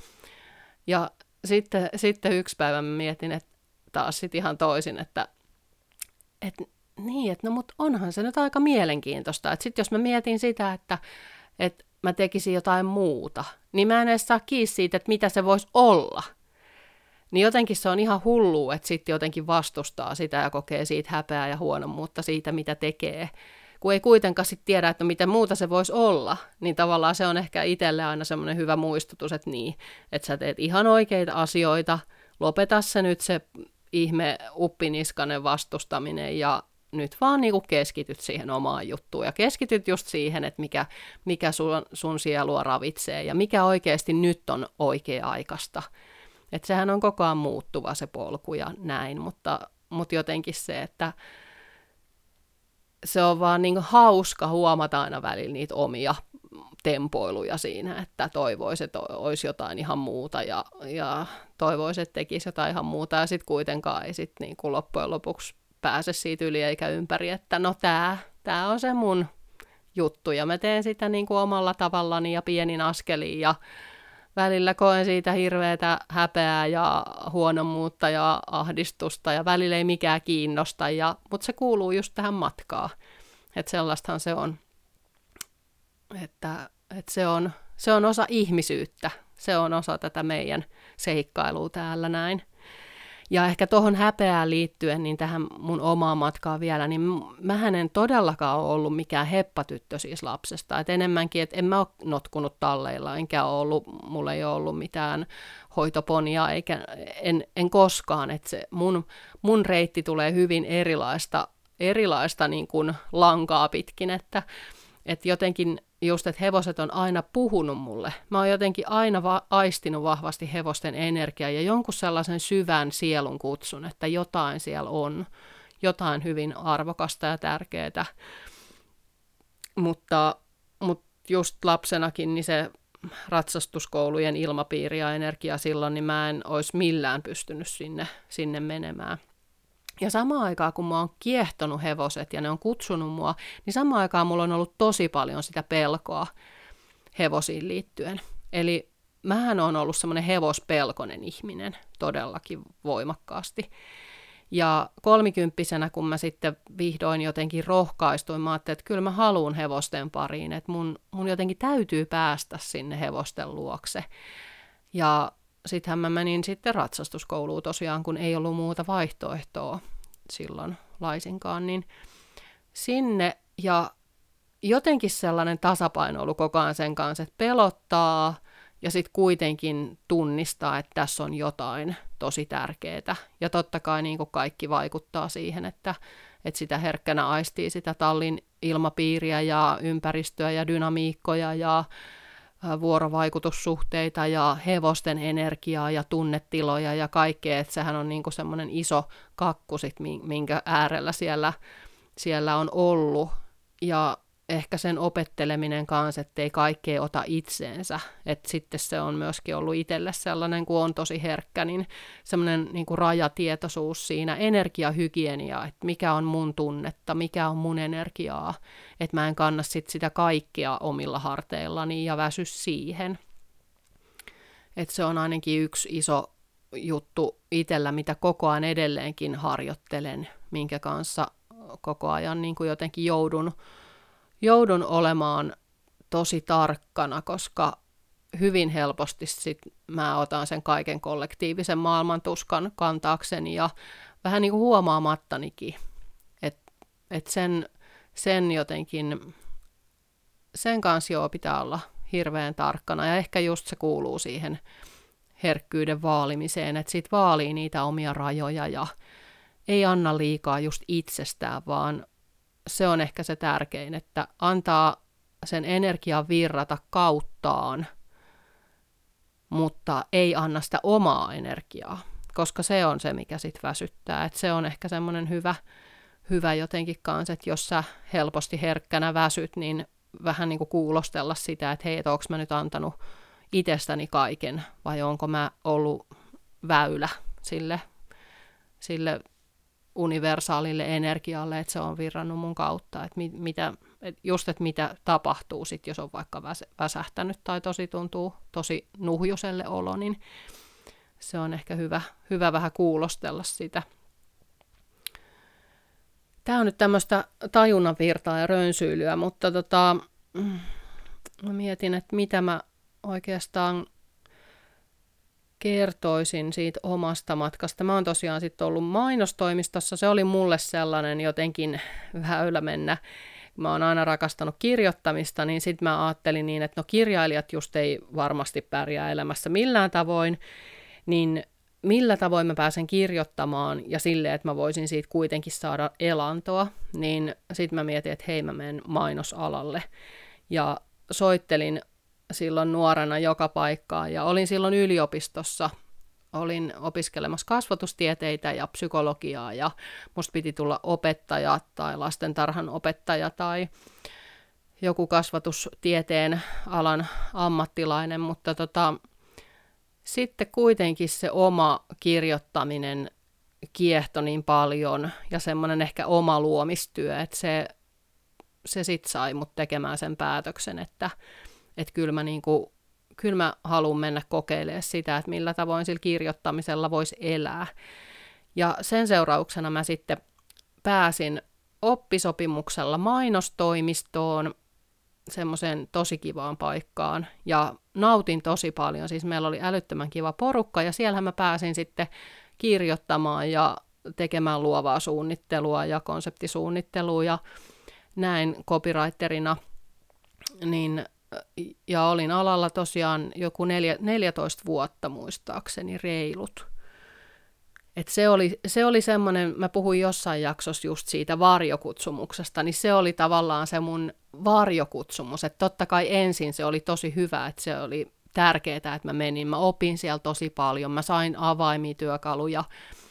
Ja sitten, sitten yksi päivä mä mietin, että taas sitten ihan toisin, että, että niin, että no mut onhan se nyt aika mielenkiintoista, että sitten jos mä mietin sitä, että, että mä tekisin jotain muuta, niin mä en edes saa kiinni siitä, että mitä se voisi olla. Niin jotenkin se on ihan hullua, että sitten jotenkin vastustaa sitä ja kokee siitä häpeää ja huonommuutta siitä, mitä tekee. Kun ei kuitenkaan sitten tiedä, että no mitä muuta se voisi olla, niin tavallaan se on ehkä itselle aina semmoinen hyvä muistutus, että niin, että sä teet ihan oikeita asioita, lopeta se nyt se ihme uppiniskanen vastustaminen ja nyt vaan niinku keskityt siihen omaan juttuun ja keskityt just siihen, että mikä, mikä sun, sun sielua ravitsee ja mikä oikeasti nyt on oikea-aikaista. Että sehän on koko ajan muuttuva se polku ja näin, mutta, mutta jotenkin se, että se on vaan niin hauska huomata aina välillä niitä omia tempoiluja siinä, että toivoisi, että olisi jotain ihan muuta ja, ja toivoisi, että tekisi jotain ihan muuta ja sitten kuitenkaan ei sit niin kuin loppujen lopuksi pääse siitä yli eikä ympäri, että no tää, tää on se mun juttu ja mä teen sitä niin kuin omalla tavallani ja pienin askelin ja välillä koen siitä hirveätä häpeää ja huonommuutta ja ahdistusta ja välillä ei mikään kiinnosta, ja, mutta se kuuluu just tähän matkaan. Että sellaistahan se on, että, että se on, se on osa ihmisyyttä, se on osa tätä meidän seikkailua täällä näin. Ja ehkä tuohon häpeään liittyen, niin tähän mun omaan matkaan vielä, niin mähän en todellakaan ole ollut mikään heppatyttö siis lapsesta. Et enemmänkin, että en mä ole notkunut talleilla, enkä ole ollut, mulla ei ole ollut mitään hoitoponia, eikä, en, en koskaan. Että se mun, mun reitti tulee hyvin erilaista, erilaista niin kuin lankaa pitkin, että, että jotenkin just, että hevoset on aina puhunut mulle. Mä oon jotenkin aina va- aistinut vahvasti hevosten energiaa ja jonkun sellaisen syvän sielun kutsun, että jotain siellä on, jotain hyvin arvokasta ja tärkeää. Mutta, mutta just lapsenakin niin se ratsastuskoulujen ilmapiiri ja energia silloin, niin mä en olisi millään pystynyt sinne, sinne menemään. Ja samaan aikaan, kun mä oon kiehtonut hevoset ja ne on kutsunut mua, niin samaan aikaan mulla on ollut tosi paljon sitä pelkoa hevosiin liittyen. Eli mähän on ollut semmoinen hevospelkonen ihminen todellakin voimakkaasti. Ja kolmikymppisenä, kun mä sitten vihdoin jotenkin rohkaistuin, mä ajattelin, että kyllä mä haluun hevosten pariin, että mun, mun jotenkin täytyy päästä sinne hevosten luokse. Ja sittenhän mä menin sitten ratsastuskouluun tosiaan, kun ei ollut muuta vaihtoehtoa silloin laisinkaan, niin sinne ja jotenkin sellainen tasapaino ollut koko ajan sen kanssa, että pelottaa ja sitten kuitenkin tunnistaa, että tässä on jotain tosi tärkeää. Ja totta kai niin kuin kaikki vaikuttaa siihen, että, että sitä herkkänä aistii sitä tallin ilmapiiriä ja ympäristöä ja dynamiikkoja ja vuorovaikutussuhteita ja hevosten energiaa ja tunnetiloja ja kaikkea, että sehän on niin kuin semmoinen iso kakku sit, minkä äärellä siellä, siellä on ollut. Ja ehkä sen opetteleminen kanssa, ettei kaikkea ota itseensä. Että sitten se on myöskin ollut itselle sellainen, kun on tosi herkkä, niin semmoinen niin kuin rajatietoisuus siinä, energiahygienia, että mikä on mun tunnetta, mikä on mun energiaa, että mä en kanna sit sitä kaikkea omilla harteillani ja väsy siihen. Että se on ainakin yksi iso juttu itsellä, mitä koko ajan edelleenkin harjoittelen, minkä kanssa koko ajan niin kuin jotenkin joudun Joudun olemaan tosi tarkkana, koska hyvin helposti sit mä otan sen kaiken kollektiivisen maailmantuskan kantaakseni ja vähän niin kuin huomaamattanikin, että et sen, sen jotenkin, sen kanssa joo pitää olla hirveän tarkkana ja ehkä just se kuuluu siihen herkkyyden vaalimiseen, että sit vaalii niitä omia rajoja ja ei anna liikaa just itsestään, vaan se on ehkä se tärkein, että antaa sen energian virrata kauttaan, mutta ei anna sitä omaa energiaa, koska se on se, mikä sit väsyttää. Et se on ehkä semmoinen hyvä, hyvä jotenkin kanssa, että jos sä helposti herkkänä väsyt, niin vähän niin kuin kuulostella sitä, että hei, että onko mä nyt antanut itsestäni kaiken, vai onko mä ollut väylä sille, sille universaalille energialle, että se on virrannut mun kautta, että mit, mitä, et just, että mitä tapahtuu sit, jos on vaikka väs, väsähtänyt tai tosi tuntuu tosi nuhjuselle olo, niin se on ehkä hyvä, hyvä vähän kuulostella sitä. Tämä on nyt tämmöistä tajunnan virtaa ja rönsyilyä, mutta tota, mä mietin, että mitä mä oikeastaan kertoisin siitä omasta matkasta. Mä oon tosiaan sitten ollut mainostoimistossa. Se oli mulle sellainen jotenkin väylä mennä. Mä oon aina rakastanut kirjoittamista, niin sitten mä ajattelin niin, että no kirjailijat just ei varmasti pärjää elämässä millään tavoin, niin millä tavoin mä pääsen kirjoittamaan ja silleen, että mä voisin siitä kuitenkin saada elantoa, niin sitten mä mietin, että hei, mä menen mainosalalle. Ja soittelin silloin nuorena joka paikkaan ja olin silloin yliopistossa, olin opiskelemassa kasvatustieteitä ja psykologiaa ja musta piti tulla opettaja tai lastentarhan opettaja tai joku kasvatustieteen alan ammattilainen, mutta tota, sitten kuitenkin se oma kirjoittaminen kiehtoi niin paljon ja semmoinen ehkä oma luomistyö, että se, se sitten sai mut tekemään sen päätöksen, että Että kyllä mä, niinku, kyllä mä haluan mennä kokeilemaan sitä, että millä tavoin sillä kirjoittamisella voisi elää. Ja sen seurauksena mä sitten pääsin oppisopimuksella mainostoimistoon, semmoiseen tosi kivaan paikkaan. Ja nautin tosi paljon, siis meillä oli älyttömän kiva porukka, ja siellähän mä pääsin sitten kirjoittamaan ja tekemään luovaa suunnittelua ja konseptisuunnittelua ja näin copywriterina, niin ja olin alalla tosiaan joku neljä, neljätoista vuotta muistaakseni reilut. Et se oli, se oli semmoinen, mä puhuin jossain jaksossa just siitä varjokutsumuksesta, niin se oli tavallaan se mun varjokutsumus. Että totta kai ensin se oli tosi hyvä, että se oli tärkeää, että mä menin. Mä opin siellä tosi paljon, mä sain avaimia työkaluja,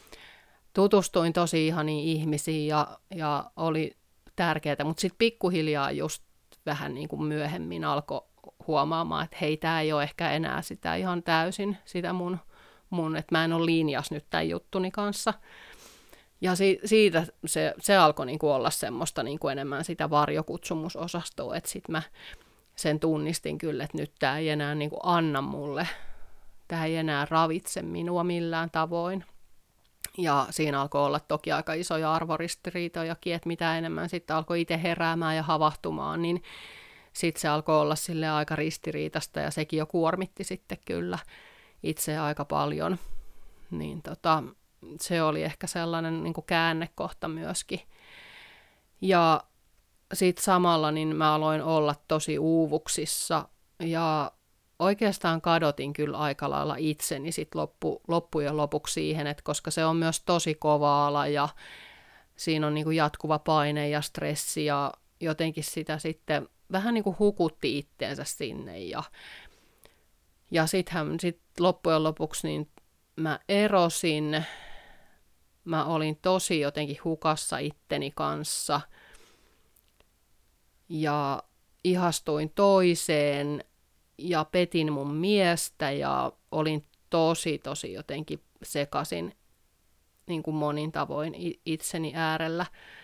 tutustuin tosi ihaniin ihmisiin ja, ja oli tärkeää, mutta sitten pikkuhiljaa just vähän niin kuin myöhemmin alkoi huomaamaan, että hei, tämä ei ole ehkä enää sitä ihan täysin, sitä mun, mun että mä en ole linjas nyt tämän juttuni kanssa. Ja si- siitä se, se alkoi niin kuin olla semmoista niin kuin enemmän sitä varjokutsumusosastoa, että sitten mä sen tunnistin kyllä, että nyt tämä ei enää niin kuin anna mulle, tämä ei enää ravitse minua millään tavoin. Ja siinä alkoi olla toki aika isoja arvoristiriitojakin, että mitä enemmän sitten alkoi itse heräämään ja havahtumaan, niin sitten se alkoi olla sille aika ristiriitasta ja sekin jo kuormitti sitten kyllä itse aika paljon. Niin tota, se oli ehkä sellainen niin kuin käännekohta myöskin. Ja sitten samalla niin mä aloin olla tosi uuvuksissa ja oikeastaan kadotin kyllä aika lailla itseni sit loppu, loppujen lopuksi siihen, että koska se on myös tosi kova ala ja siinä on niinku jatkuva paine ja stressi ja jotenkin sitä sitten vähän niin kuin hukutti itteensä sinne. Ja, ja sittenhän sit loppujen lopuksi niin mä erosin. Mä olin tosi jotenkin hukassa itteni kanssa. Ja ihastuin toiseen ja petin mun miestä ja olin tosi tosi jotenkin sekaisin niin kuin monin tavoin itseni äärellä.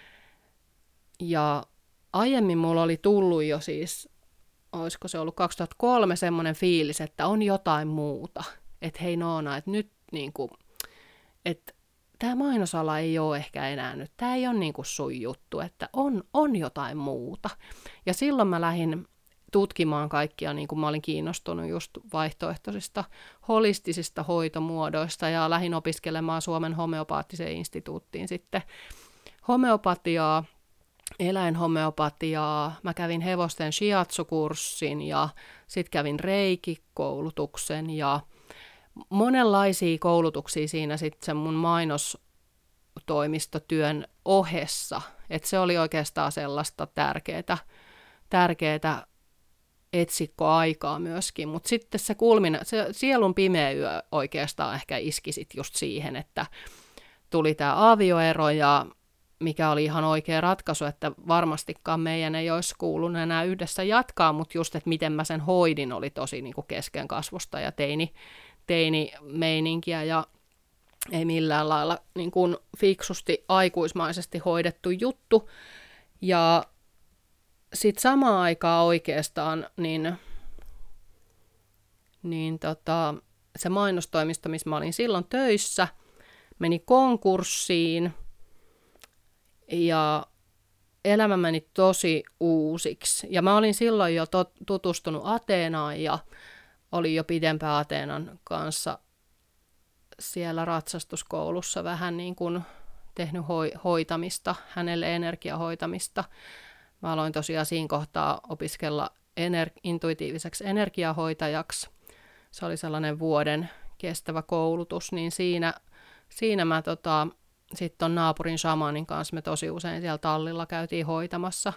Ja aiemmin mulla oli tullut jo siis, olisiko se ollut kaksituhattakolme semmoinen fiilis, että on jotain muuta. Että hei Noona, että nyt niin kuin, että tämä mainosala ei ole ehkä enää nyt, tämä ei ole niin kuin sun juttu, että on, on jotain muuta. Ja silloin mä lähdin tutkimaan kaikkia, niin kuin mä olin kiinnostunut just vaihtoehtoisista holistisista hoitomuodoista ja lähdin opiskelemaan Suomen homeopaattiseen instituuttiin sitten homeopatiaa, eläinhomeopatiaa. Mä kävin hevosten shiatsu-kurssin ja sitten kävin reiki-koulutuksen ja monenlaisia koulutuksia siinä sitten sen mun mainostoimistotyön ohessa. Että se oli oikeastaan sellaista tärkeää, tärkeää etsikkoaikaa myöskin. Mutta sitten se kulmina, se sielun pimeä yö oikeastaan ehkä iski sit just siihen, että tuli tämä avioero ja mikä oli ihan oikea ratkaisu, että varmastikaan meidän ei olisi kuulunut enää yhdessä jatkaa, mutta just, että miten mä sen hoidin, oli tosi niin kuin kesken kasvusta ja teini, teini-meininkiä ja ei millään lailla niin kuin fiksusti, aikuismaisesti hoidettu juttu. Ja sitten samaan aikaan oikeastaan niin, niin tota, se mainostoimisto, missä mä olin silloin töissä, meni konkurssiin ja elämä meni tosi uusiksi. Ja mä olin silloin jo tot, tutustunut Ateenaan ja olin jo pidempään Ateenan kanssa siellä ratsastuskoulussa vähän niin kuin tehnyt hoi- hoitamista, hänelle energiahoitamista. Mä aloin tosiaan siinä kohtaa opiskella ener- intuitiiviseksi energiahoitajaksi. Se oli sellainen vuoden kestävä koulutus, niin siinä, siinä mä tota, sitten ton naapurin shamanin kanssa me tosi usein siellä tallilla käytiin hoitamassa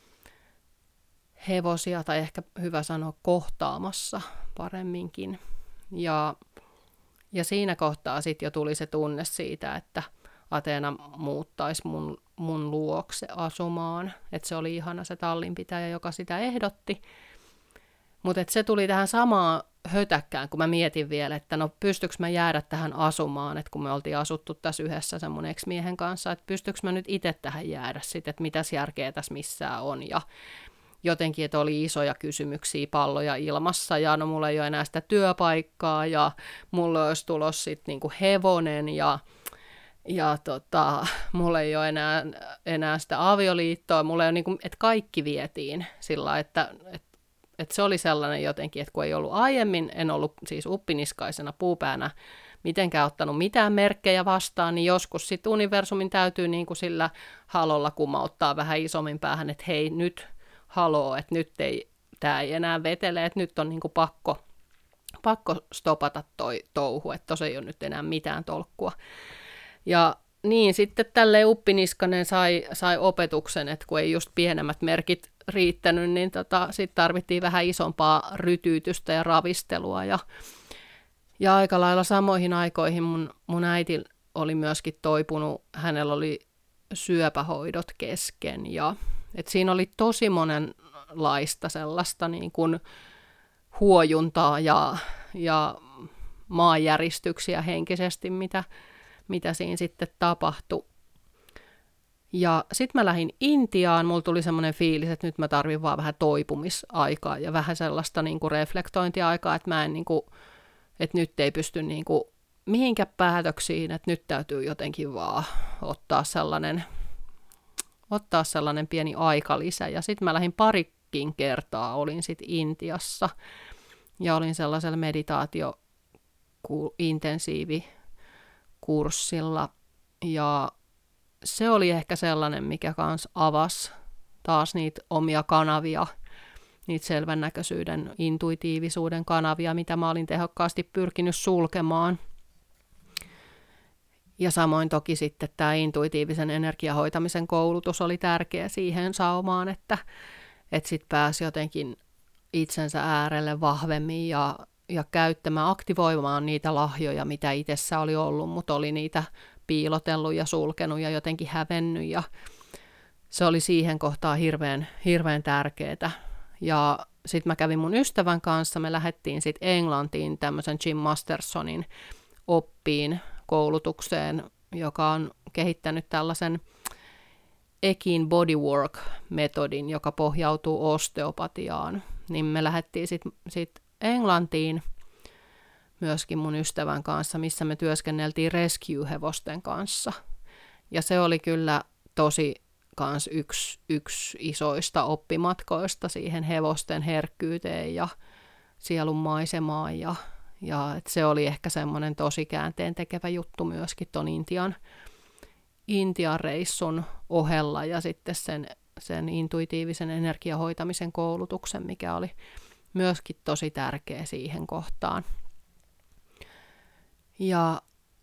hevosia, tai ehkä hyvä sanoa kohtaamassa paremminkin. Ja, ja siinä kohtaa sitten jo tuli se tunne siitä, että Ateena muuttaisi mun, mun luokse asumaan. Että se oli ihana se tallinpitäjä, joka sitä ehdotti. Mutta se tuli tähän samaan hötäkkään, kun mä mietin vielä, että no pystyykö mä jäädä tähän asumaan, että kun me oltiin asuttu tässä yhdessä sen mun ex-miehen kanssa, että pystyykö mä nyt itse tähän jäädä sitten, että mitäs järkeä tässä missään on. Ja jotenkin, että oli isoja kysymyksiä, palloja ilmassa, ja no mulla ei ole enää sitä työpaikkaa, ja mulla olisi tulossa sitten niinku hevonen, ja Ja tota, mulla ei ole enää, enää sitä avioliittoa, mulla ei ole niinku, että kaikki vietiin sillä, että, että, että se oli sellainen jotenkin, että kun ei ollut aiemmin, en ollut siis uppiniskaisena puupäänä mitenkään ottanut mitään merkkejä vastaan, niin joskus sitten universumin täytyy niinku sillä halolla kumauttaa vähän isommin päähän, että hei nyt haloo, että nyt ei, tämä ei enää vetele, että nyt on niinku pakko, pakko stopata toi touhu, että tuossa ei ole nyt enää mitään tolkkua. Ja niin sitten tälleen uppiniskanen sai, sai opetuksen, että kun ei just pienemmät merkit riittänyt, niin tota, sitten tarvittiin vähän isompaa rytyytystä ja ravistelua. Ja, ja aika lailla samoihin aikoihin mun, mun äiti oli myöskin toipunut, hänellä oli syöpähoidot kesken. Ja, et siinä oli tosi monenlaista sellaista niin kuin huojuntaa ja, ja maanjäristyksiä henkisesti, mitä mitä siinä sitten tapahtui. Ja sitten mä lähdin Intiaan, mulla tuli semmoinen fiilis, että nyt mä tarvin vaan vähän toipumisaikaa ja vähän sellaista niinku reflektointiaikaa, että mä en niinku, että nyt ei pysty niinku mihinkään päätöksiin, että nyt täytyy jotenkin vaan ottaa sellainen, ottaa sellainen pieni aikalisä. Ja sitten mä lähdin parikin kertaa, olin sitten Intiassa ja olin sellaisella meditaatio-intensiivi kurssilla, ja se oli ehkä sellainen, mikä kans avasi taas niitä omia kanavia, niitä selvännäköisyyden, intuitiivisuuden kanavia, mitä mä olin tehokkaasti pyrkinyt sulkemaan. Ja samoin toki sitten tämä intuitiivisen energiahoitamisen koulutus oli tärkeä siihen saumaan, että, että sitten pääsi jotenkin itsensä äärelle vahvemmin ja, ja käyttämään, aktivoimaan niitä lahjoja, mitä itsessä oli ollut, mutta oli niitä piilotellut ja sulkenut ja jotenkin hävennyt ja se oli siihen kohtaan hirveän, hirveän tärkeää. Ja sitten mä kävin mun ystävän kanssa, me lähdettiin sitten Englantiin tämmöisen Jim Mastersonin oppiin koulutukseen, joka on kehittänyt tällaisen Ekin bodywork-metodin, joka pohjautuu osteopatiaan. Niin me lähdettiin sitten sit Englantiin myöskin mun ystävän kanssa, missä me työskenneltiin rescue-hevosten kanssa. Ja se oli kyllä tosi kans yksi, yksi isoista oppimatkoista siihen hevosten herkkyyteen ja sielun maisemaan. Ja, ja et se oli ehkä semmoinen tosi käänteen tekevä juttu myöskin ton Intian, Intian reissun ohella ja sitten sen, sen intuitiivisen energiahoitamisen koulutuksen, mikä oli myöskin tosi tärkeä siihen kohtaan. Ja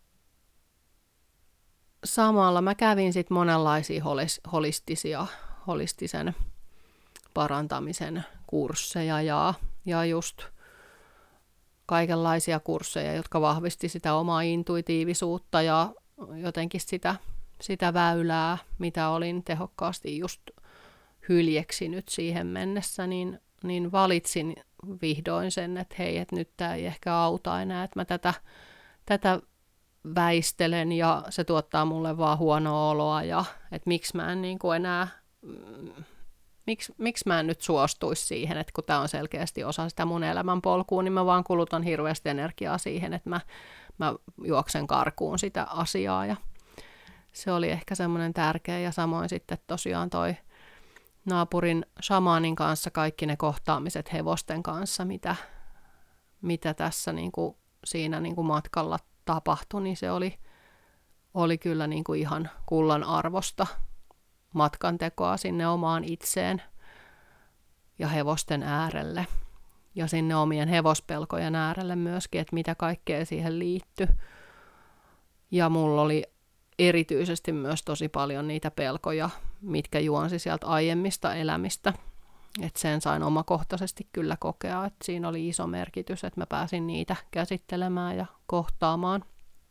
samalla mä kävin sitten monenlaisia holis, holistisia, holistisen parantamisen kursseja ja, ja just kaikenlaisia kursseja, jotka vahvisti sitä omaa intuitiivisuutta ja jotenkin sitä, sitä väylää, mitä olin tehokkaasti just hyljeksinyt siihen mennessä, niin, niin valitsin vihdoin sen, että hei, että nyt tämä ei ehkä auta enää, että mä tätä, tätä väistelen ja se tuottaa mulle vaan huonoa oloa ja että miksi mä en niin kuin enää, miksi, miksi mä en nyt suostuisi siihen, että kun tämä on selkeästi osa sitä mun elämänpolkua, niin mä vaan kulutan hirveästi energiaa siihen, että mä, mä juoksen karkuun sitä asiaa ja se oli ehkä semmoinen tärkeä ja samoin sitten tosiaan toi naapurin shamaanin kanssa kaikki ne kohtaamiset hevosten kanssa, mitä, mitä tässä niin kuin, siinä niin kuin matkalla tapahtui, niin se oli, oli kyllä niin kuin ihan kullan arvosta matkan tekoa sinne omaan itseen ja hevosten äärelle ja sinne omien hevospelkojen äärelle myöskin, että mitä kaikkea siihen liittyi. Ja mulla oli erityisesti myös tosi paljon niitä pelkoja, mitkä juonsi sieltä aiemmista elämistä. Että sen sain omakohtaisesti kyllä kokea, että siinä oli iso merkitys, että mä pääsin niitä käsittelemään ja kohtaamaan.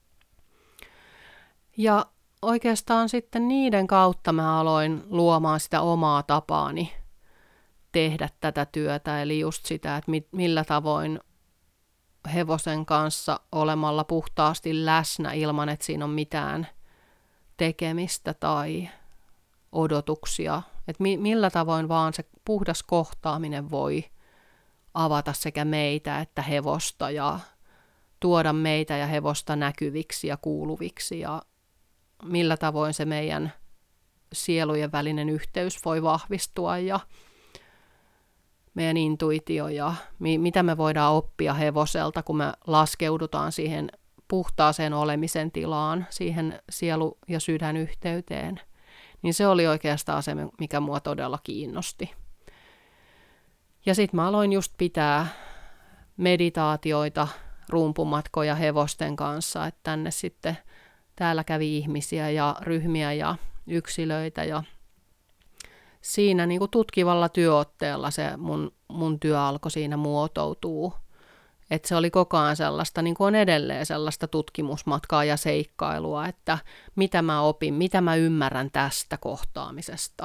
Ja oikeastaan sitten niiden kautta mä aloin luomaan sitä omaa tapaani tehdä tätä työtä, eli just sitä, että millä tavoin hevosen kanssa olemalla puhtaasti läsnä ilman, että siinä on mitään tekemistä tai odotuksia, että mi- millä tavoin vaan se puhdas kohtaaminen voi avata sekä meitä että hevosta ja tuoda meitä ja hevosta näkyviksi ja kuuluviksi ja millä tavoin se meidän sielujen välinen yhteys voi vahvistua ja meidän intuitio ja mi- mitä me voidaan oppia hevoselta, kun me laskeudutaan siihen puhtaaseen olemisen tilaan, siihen sielu- ja sydänyhteyteen. Niin se oli oikeastaan se, mikä mua todella kiinnosti. Ja sitten mä aloin just pitää meditaatioita, rumpumatkoja hevosten kanssa, että tänne sitten täällä kävi ihmisiä ja ryhmiä ja yksilöitä ja siinä niin kuin tutkivalla työotteella se mun, mun työ alkoi siinä muotoutua. Että se oli koko ajan sellaista, niin kuin on edelleen sellaista tutkimusmatkaa ja seikkailua, että mitä mä opin, mitä mä ymmärrän tästä kohtaamisesta.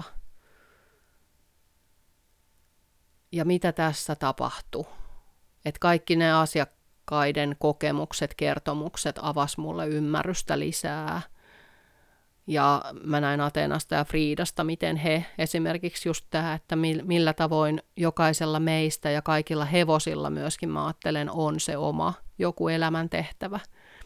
Ja mitä tässä tapahtui. Että kaikki ne asiakkaiden kokemukset, kertomukset avasi mulle ymmärrystä lisää. Ja mä näin Ateenasta ja Friidasta, miten he esimerkiksi just tämä, että millä tavoin jokaisella meistä ja kaikilla hevosilla myöskin mä ajattelen on se oma joku elämäntehtävä.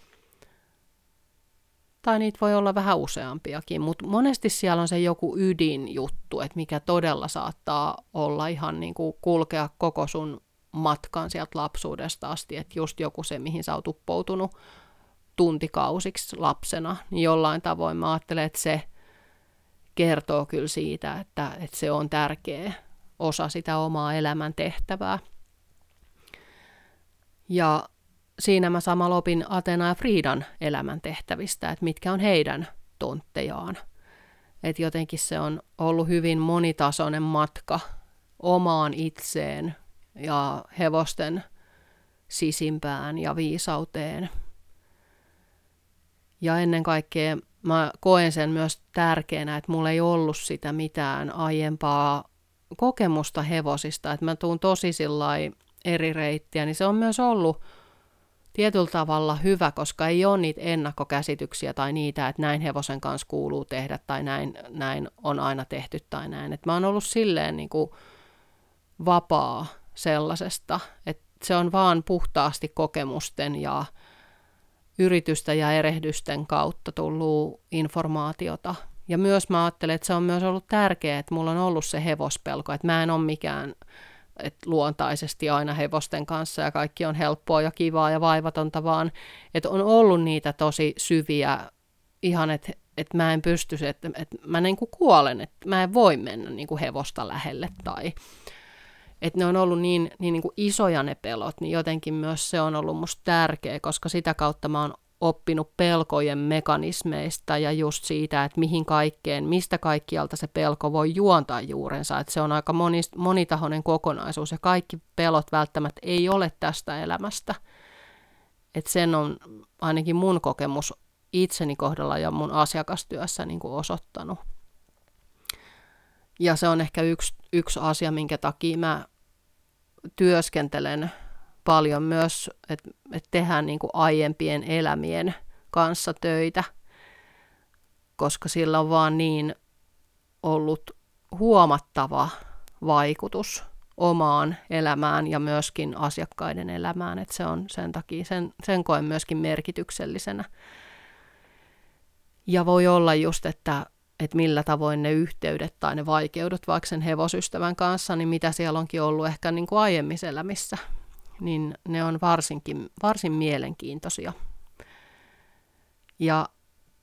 Tai niitä voi olla vähän useampiakin, mutta monesti siellä on se joku ydinjuttu, että mikä todella saattaa olla ihan niin kuin kulkea koko sun matkan sieltä lapsuudesta asti, että just joku se, mihin sä oot uppoutunut tuntikausiksi lapsena, niin jollain tavoin mä ajattelen, että se kertoo kyllä siitä, että, että se on tärkeä osa sitä omaa elämän tehtävää. Ja siinä mä samalla opin Athena ja Friidan elämäntehtävistä, että mitkä on heidän tonttejaan. Että jotenkin se on ollut hyvin monitasoinen matka omaan itseen ja hevosten sisimpään ja viisauteen. Ja ennen kaikkea mä koen sen myös tärkeänä, että mulla ei ollut sitä mitään aiempaa kokemusta hevosista, että mä tuun tosi sillai eri reittiä, niin se on myös ollut tietyllä tavalla hyvä, koska ei ole niitä ennakkokäsityksiä tai niitä, että näin hevosen kanssa kuuluu tehdä tai näin, näin on aina tehty tai näin. Et mä oon ollut silleen niin kuin vapaa sellaisesta, että se on vaan puhtaasti kokemusten ja yritystä ja erehdysten kautta tullut informaatiota. Ja myös mä ajattelen, että se on myös ollut tärkeää, että mulla on ollut se hevospelko, että mä en ole mikään että luontaisesti aina hevosten kanssa ja kaikki on helppoa ja kivaa ja vaivatonta, vaan että on ollut niitä tosi syviä, ihan että et mä en pysty, että et mä niin kuin kuolen, että mä en voi mennä niin kuin hevosta lähelle tai että ne on ollut niin, niin, niin kuin isoja ne pelot, niin jotenkin myös se on ollut musta tärkeä, koska sitä kautta mä oon oppinut pelkojen mekanismeista ja just siitä, että mihin kaikkeen, mistä kaikkialta se pelko voi juontaa juurensa, että se on aika monis, monitahoinen kokonaisuus ja kaikki pelot välttämättä ei ole tästä elämästä. Että sen on ainakin mun kokemus itseni kohdalla ja mun asiakastyössä niin kuin osoittanut. Ja se on ehkä yksi, yksi asia, minkä takia mä työskentelen paljon myös, että et tehdään niin kuin aiempien elämien kanssa töitä, koska sillä on vaan niin ollut huomattava vaikutus omaan elämään ja myöskin asiakkaiden elämään, että se on sen takia, sen, sen koen myöskin merkityksellisenä. Ja voi olla just, että, että millä tavoin ne yhteydet tai ne vaikeudet vaikka sen hevosystävän kanssa, niin mitä siellä onkin ollut ehkä niin kuin aiemmissa elämissä, niin ne on varsinkin, varsin mielenkiintoisia. Ja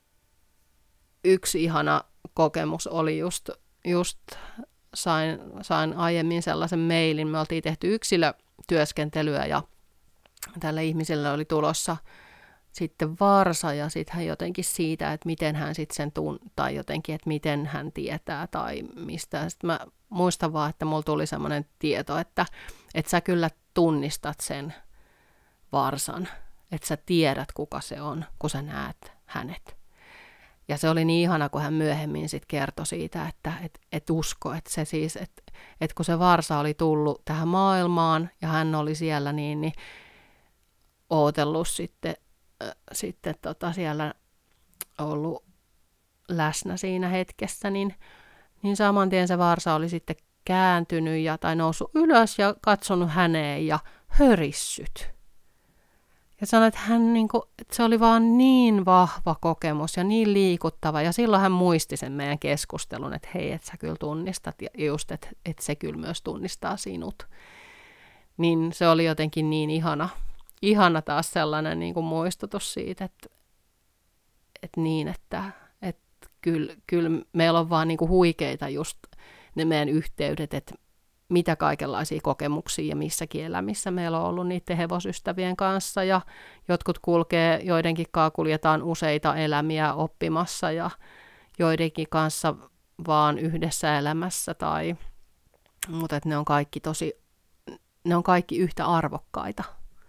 yksi ihana kokemus oli just, just sain, sain aiemmin sellaisen mailin, me oltiin tehty yksilötyöskentelyä ja tälle ihmiselle oli tulossa sitten varsa ja sitten hän jotenkin siitä, että miten hän sitten sen tun, tai jotenkin, että miten hän tietää tai mistä. Sitten mä muistan vaan, että mulla tuli semmoinen tieto, että, että sä kyllä tunnistat sen varsan, että sä tiedät kuka se on, kun sä näet hänet. Ja se oli niin ihana, kun hän myöhemmin sitten kertoi siitä, että et, et usko, että se siis, että et kun se varsa oli tullut tähän maailmaan ja hän oli siellä niin, niin ootellut sitten, äh, sitten tota siellä ollut läsnä siinä hetkessä, niin, niin saman tien se varsa oli sitten kääntynyt ja, tai noussut ylös ja katsonut häneen ja hörissyt. Ja sanoi, että, hän, niin kuin, että se oli vaan niin vahva kokemus ja niin liikuttava. Ja silloin hän muisti sen meidän keskustelun, että hei, että sä kyllä tunnistat. Ja just, että, että se kyllä myös tunnistaa sinut. Niin se oli jotenkin niin ihana, ihana taas sellainen niin kuin muistutus siitä, että, että niin, että, että kyllä, kyllä meillä on vaan niin kuin huikeita just ne meidän yhteydet, että mitä kaikenlaisia kokemuksia ja missäkin elämissä meillä on ollut niiden hevosystävien kanssa ja jotkut kulkee, joidenkin kanssa kuljetaan useita elämiä oppimassa ja joidenkin kanssa vaan yhdessä elämässä tai, mutta että ne on kaikki tosi, ne on kaikki yhtä arvokkaita.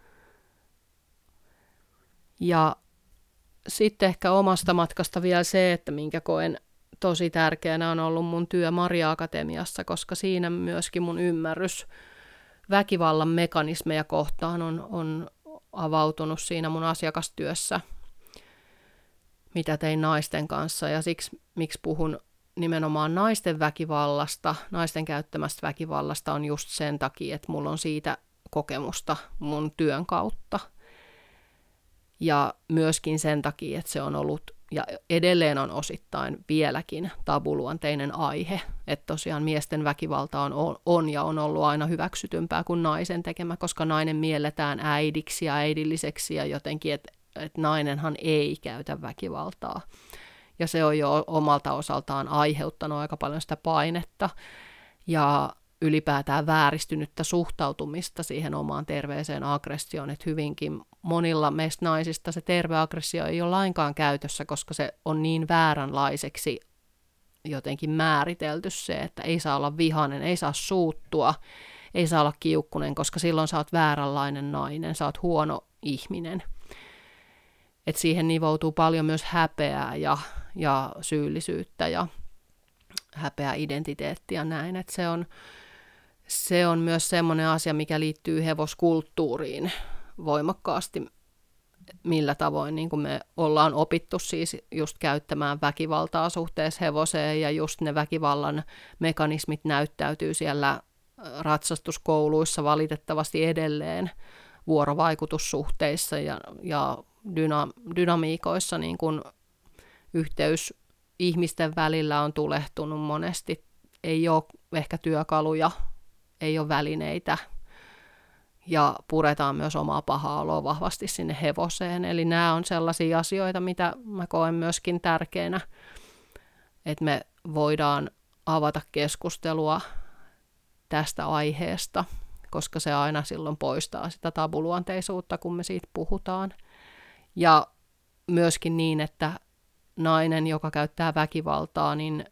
Ja sitten ehkä omasta matkasta vielä se, että minkä koen tosi tärkeänä on ollut mun työ Maria-akatemiassa, koska siinä myöskin mun ymmärrys väkivallan mekanismeja kohtaan on, on avautunut siinä mun asiakastyössä, mitä tein naisten kanssa. Ja siksi, miksi puhun nimenomaan naisten väkivallasta, naisten käyttämästä väkivallasta, on just sen takia, että mulla on siitä kokemusta mun työn kautta. Ja myöskin sen takia, että se on ollut ja edelleen on osittain vieläkin tabuluonteinen aihe, että tosiaan miesten väkivalta on, on ja on ollut aina hyväksytympää kuin naisen tekemä, koska nainen mielletään äidiksi ja äidilliseksi ja jotenkin, että, että nainenhan ei käytä väkivaltaa. Ja se on jo omalta osaltaan aiheuttanut aika paljon sitä painetta ja ylipäätään vääristynyttä suhtautumista siihen omaan terveeseen aggressioon, että hyvinkin monilla meistä naisista se terve aggressio ei ole lainkaan käytössä, koska se on niin vääränlaiseksi jotenkin määritelty se, että ei saa olla vihainen, ei saa suuttua, ei saa olla kiukkunen, koska silloin sä oot vääränlainen nainen, sä oot huono ihminen. Et siihen nivoutuu paljon myös häpeää ja, ja syyllisyyttä ja häpeä identiteettiä näin. Et se, on, se on myös semmoinen asia, mikä liittyy hevoskulttuuriin voimakkaasti, millä tavoin niin kun me ollaan opittu siis just käyttämään väkivaltaa suhteessa hevoseen, ja just ne väkivallan mekanismit näyttäytyy siellä ratsastuskouluissa valitettavasti edelleen vuorovaikutussuhteissa ja, ja dyna, dynamiikoissa, niin kun yhteys ihmisten välillä on tulehtunut monesti. Ei ole ehkä työkaluja, ei ole välineitä, ja puretaan myös omaa pahaa oloa vahvasti sinne hevoseen. Eli nämä on sellaisia asioita, mitä mä koen myöskin tärkeänä, että me voidaan avata keskustelua tästä aiheesta, koska se aina silloin poistaa sitä tabuluonteisuutta, kun me siitä puhutaan. Ja myöskin niin, että nainen, joka käyttää väkivaltaa, niin,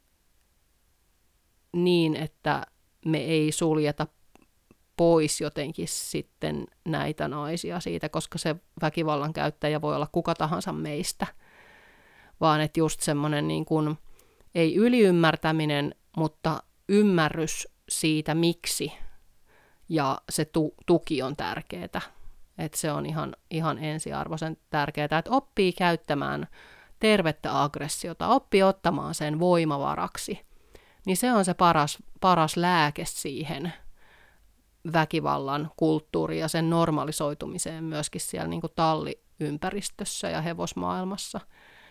niin että me ei suljeta pois jotenkin sitten näitä naisia siitä, koska se väkivallan käyttäjä voi olla kuka tahansa meistä, vaan että just semmoinen niin kuin, ei yliymmärtäminen, mutta ymmärrys siitä, miksi, ja se tu- tuki on tärkeää. Että se on ihan, ihan ensiarvoisen tärkeää, että oppii käyttämään tervettä aggressiota, oppii ottamaan sen voimavaraksi, niin se on se paras, paras lääke siihen väkivallan kulttuuriin ja sen normalisoitumiseen myöskin siellä niin kuin talliympäristössä ja hevosmaailmassa.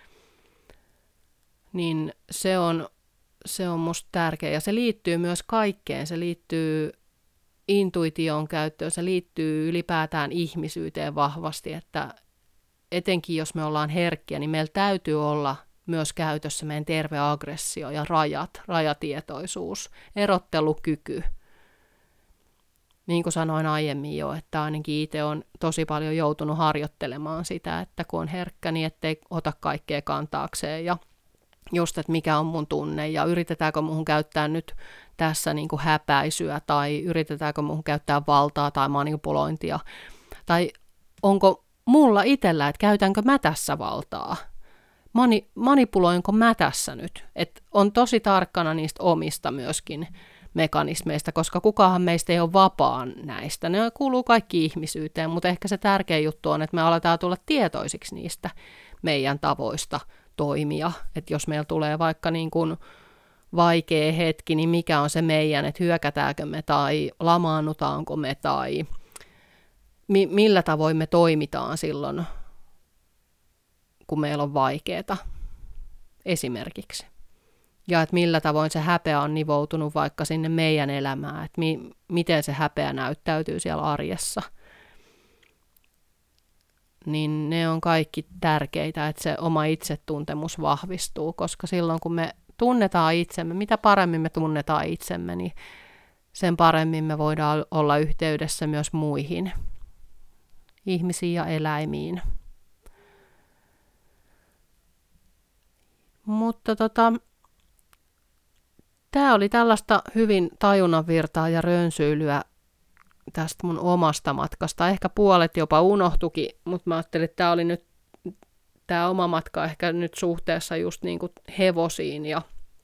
Niin se on, se on musta tärkeä, ja se liittyy myös kaikkeen. Se liittyy intuition käyttöön, se liittyy ylipäätään ihmisyyteen vahvasti, että etenkin jos me ollaan herkkiä, niin meillä täytyy olla myös käytössä meidän terve aggressio ja rajat, rajatietoisuus, erottelukyky. Niin kuin sanoin aiemmin jo, että ainakin itse on tosi paljon joutunut harjoittelemaan sitä, että kun on herkkä, niin ettei ota kaikkea kantaakseen, ja just, että mikä on mun tunne, ja yritetäänkö muuhun käyttää nyt tässä niin kuin häpäisyä, tai yritetäänkö muuhun käyttää valtaa tai manipulointia, tai onko mulla itsellä, että käytänkö mä tässä valtaa, Mani, manipuloinko mä tässä nyt, että on tosi tarkkana niistä omista myöskin mekanismeista, koska kukaanhan meistä ei ole vapaan näistä. Ne kuuluu kaikki ihmisyyteen, mutta ehkä se tärkeä juttu on, että me aletaan tulla tietoisiksi niistä meidän tavoista toimia. Että jos meillä tulee vaikka niin kuin vaikea hetki, niin mikä on se meidän, että hyökätäänkö me tai lamaannutaanko me tai mi- millä tavoin me toimitaan silloin, kun meillä on vaikeaa esimerkiksi. Ja että millä tavoin se häpeä on nivoutunut vaikka sinne meidän elämään, että mi- miten se häpeä näyttäytyy siellä arjessa. Niin ne on kaikki tärkeitä, että se oma itsetuntemus vahvistuu, koska silloin kun me tunnetaan itsemme, mitä paremmin me tunnetaan itsemme, niin sen paremmin me voidaan olla yhteydessä myös muihin ihmisiin ja eläimiin. Mutta tota... Tämä oli tällaista hyvin tajunnanvirtaa ja rönsyilyä tästä mun omasta matkasta. Ehkä puolet jopa unohtukin, mutta mä ajattelin, että tämä oli nyt tämä oma matka ehkä nyt suhteessa just niin kuin hevosiin ja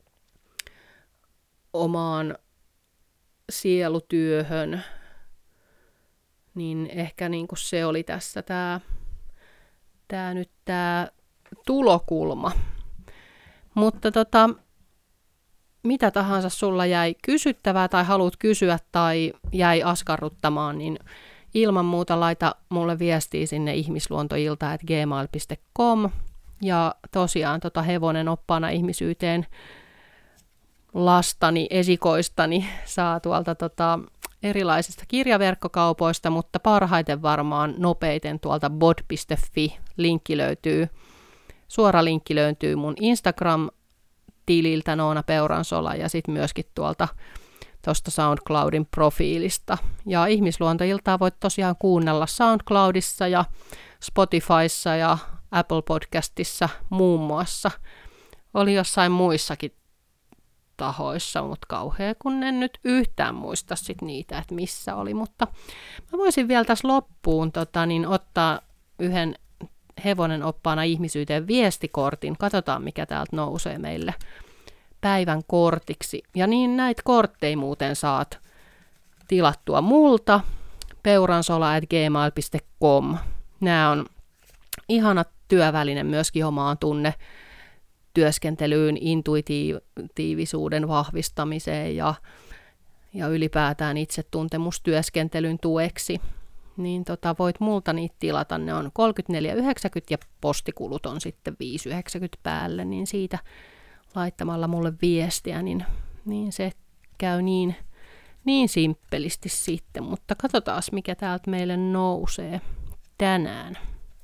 omaan sielutyöhön. Niin ehkä niin kuin se oli tässä tämä, tämä nyt tämä tulokulma. Mutta tota... mitä tahansa sulla jäi kysyttävää tai haluat kysyä tai jäi askarruttamaan, niin ilman muuta laita mulle viestiä sinne ihmisluontoilta at gmail piste com. Ja tosiaan tota hevonen oppaana ihmisyyteen lastani, esikoistani saa tuolta tota erilaisista kirjaverkkokaupoista, mutta parhaiten varmaan nopeiten tuolta bod piste fi. Linkki löytyy, suora linkki löytyy mun Instagram tililtä Noona Peuransola ja sitten myöskin tuolta tuosta SoundCloudin profiilista. Ja ihmisluontoiltaa voit tosiaan kuunnella SoundCloudissa ja Spotifyssa ja Apple Podcastissa muun muassa. Oli jossain muissakin tahoissa, mutta kauhea kun en nyt yhtään muista sit niitä, että missä oli. Mutta mä voisin vielä tässä loppuun tota, niin ottaa yhden hevonen oppaana ihmisyyteen viestikortin. Katsotaan, mikä täältä nousee meille päivän kortiksi. Ja niin näitä kortteja muuten saat tilattua multa peuransola at gmail piste com. Nämä on ihana työväline myöskin omaan tunne työskentelyyn, intuitiivisuuden vahvistamiseen ja, ja ylipäätään itsetuntemustyöskentelyn tueksi. Niin tota, voit multa niitä tilata. Ne on kolmekymmentäneljä yhdeksänkymmentä ja postikulut on sitten viisi yhdeksänkymmentä päälle, niin siitä laittamalla mulle viestiä, niin, niin se käy niin, niin simppelisti sitten. Mutta katsotaan, mikä täältä meille nousee tänään.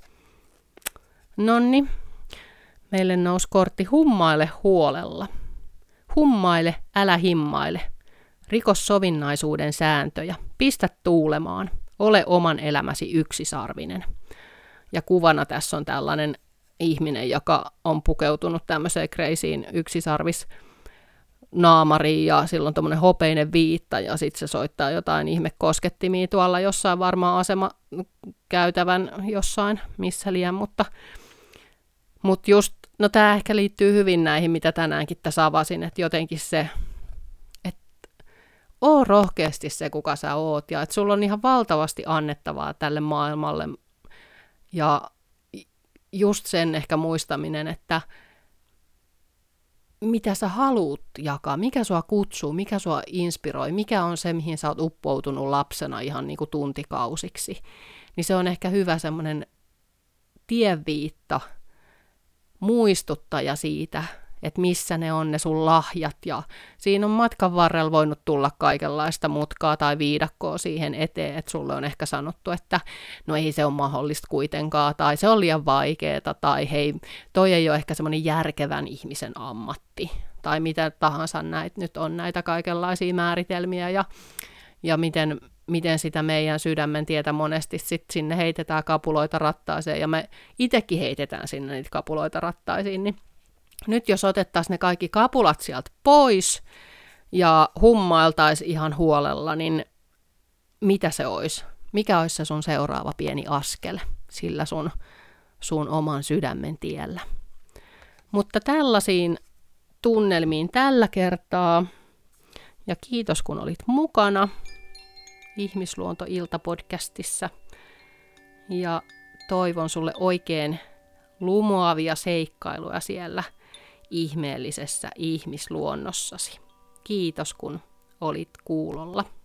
Nonni, meille nousi kortti hummaile huolella. Hummaile, älä himmaile. Riko sovinnaisuuden sääntöjä. Pistä tuulemaan. Ole oman elämäsi yksisarvinen. Ja kuvana tässä on tällainen ihminen, joka on pukeutunut tämmöiseen kreisiin yksisarvis naamariin ja sillä on tommoinen hopeinen viitta ja sitten se soittaa jotain ihmekoskettimia tuolla jossain varmaan asema käytävän jossain missä liian, mutta, mutta just, no tämä ehkä liittyy hyvin näihin, mitä tänäänkin tässä avasin, että jotenkin se, että oo rohkeasti se, kuka sä oot ja että sulla on ihan valtavasti annettavaa tälle maailmalle ja just sen ehkä muistaminen, että mitä sä haluut jakaa, mikä sua kutsuu, mikä sua inspiroi, mikä on se, mihin sä oot uppoutunut lapsena ihan niin kuin tuntikausiksi, niin se on ehkä hyvä semmoinen tienviitta, muistuttaja siitä, että missä ne on ne sun lahjat, ja siinä on matkan varrella voinut tulla kaikenlaista mutkaa tai viidakkoa siihen eteen, että sulle on ehkä sanottu, että no ei se ole mahdollista kuitenkaan, tai se on liian vaikeeta, tai hei, toi ei ole ehkä semmoinen järkevän ihmisen ammatti, tai mitä tahansa näitä nyt on näitä kaikenlaisia määritelmiä, ja, ja miten, miten sitä meidän sydämen tietä monesti sit sinne heitetään kapuloita rattaaseen, ja me itsekin heitetään sinne niitä kapuloita rattaisiin, niin nyt jos otettaisiin ne kaikki kapulat sieltä pois ja hummailtaisiin ihan huolella, niin mitä se olisi? Mikä olisi se sun seuraava pieni askel sillä sun, sun oman sydämen tiellä? Mutta tällaisiin tunnelmiin tällä kertaa. Ja kiitos kun olit mukana Ihmisluonto-iltapodcastissa. Ja toivon sulle oikein lumoavia seikkailuja siellä ihmeellisessä ihmisluonnossasi. Kiitos kun olit kuulolla.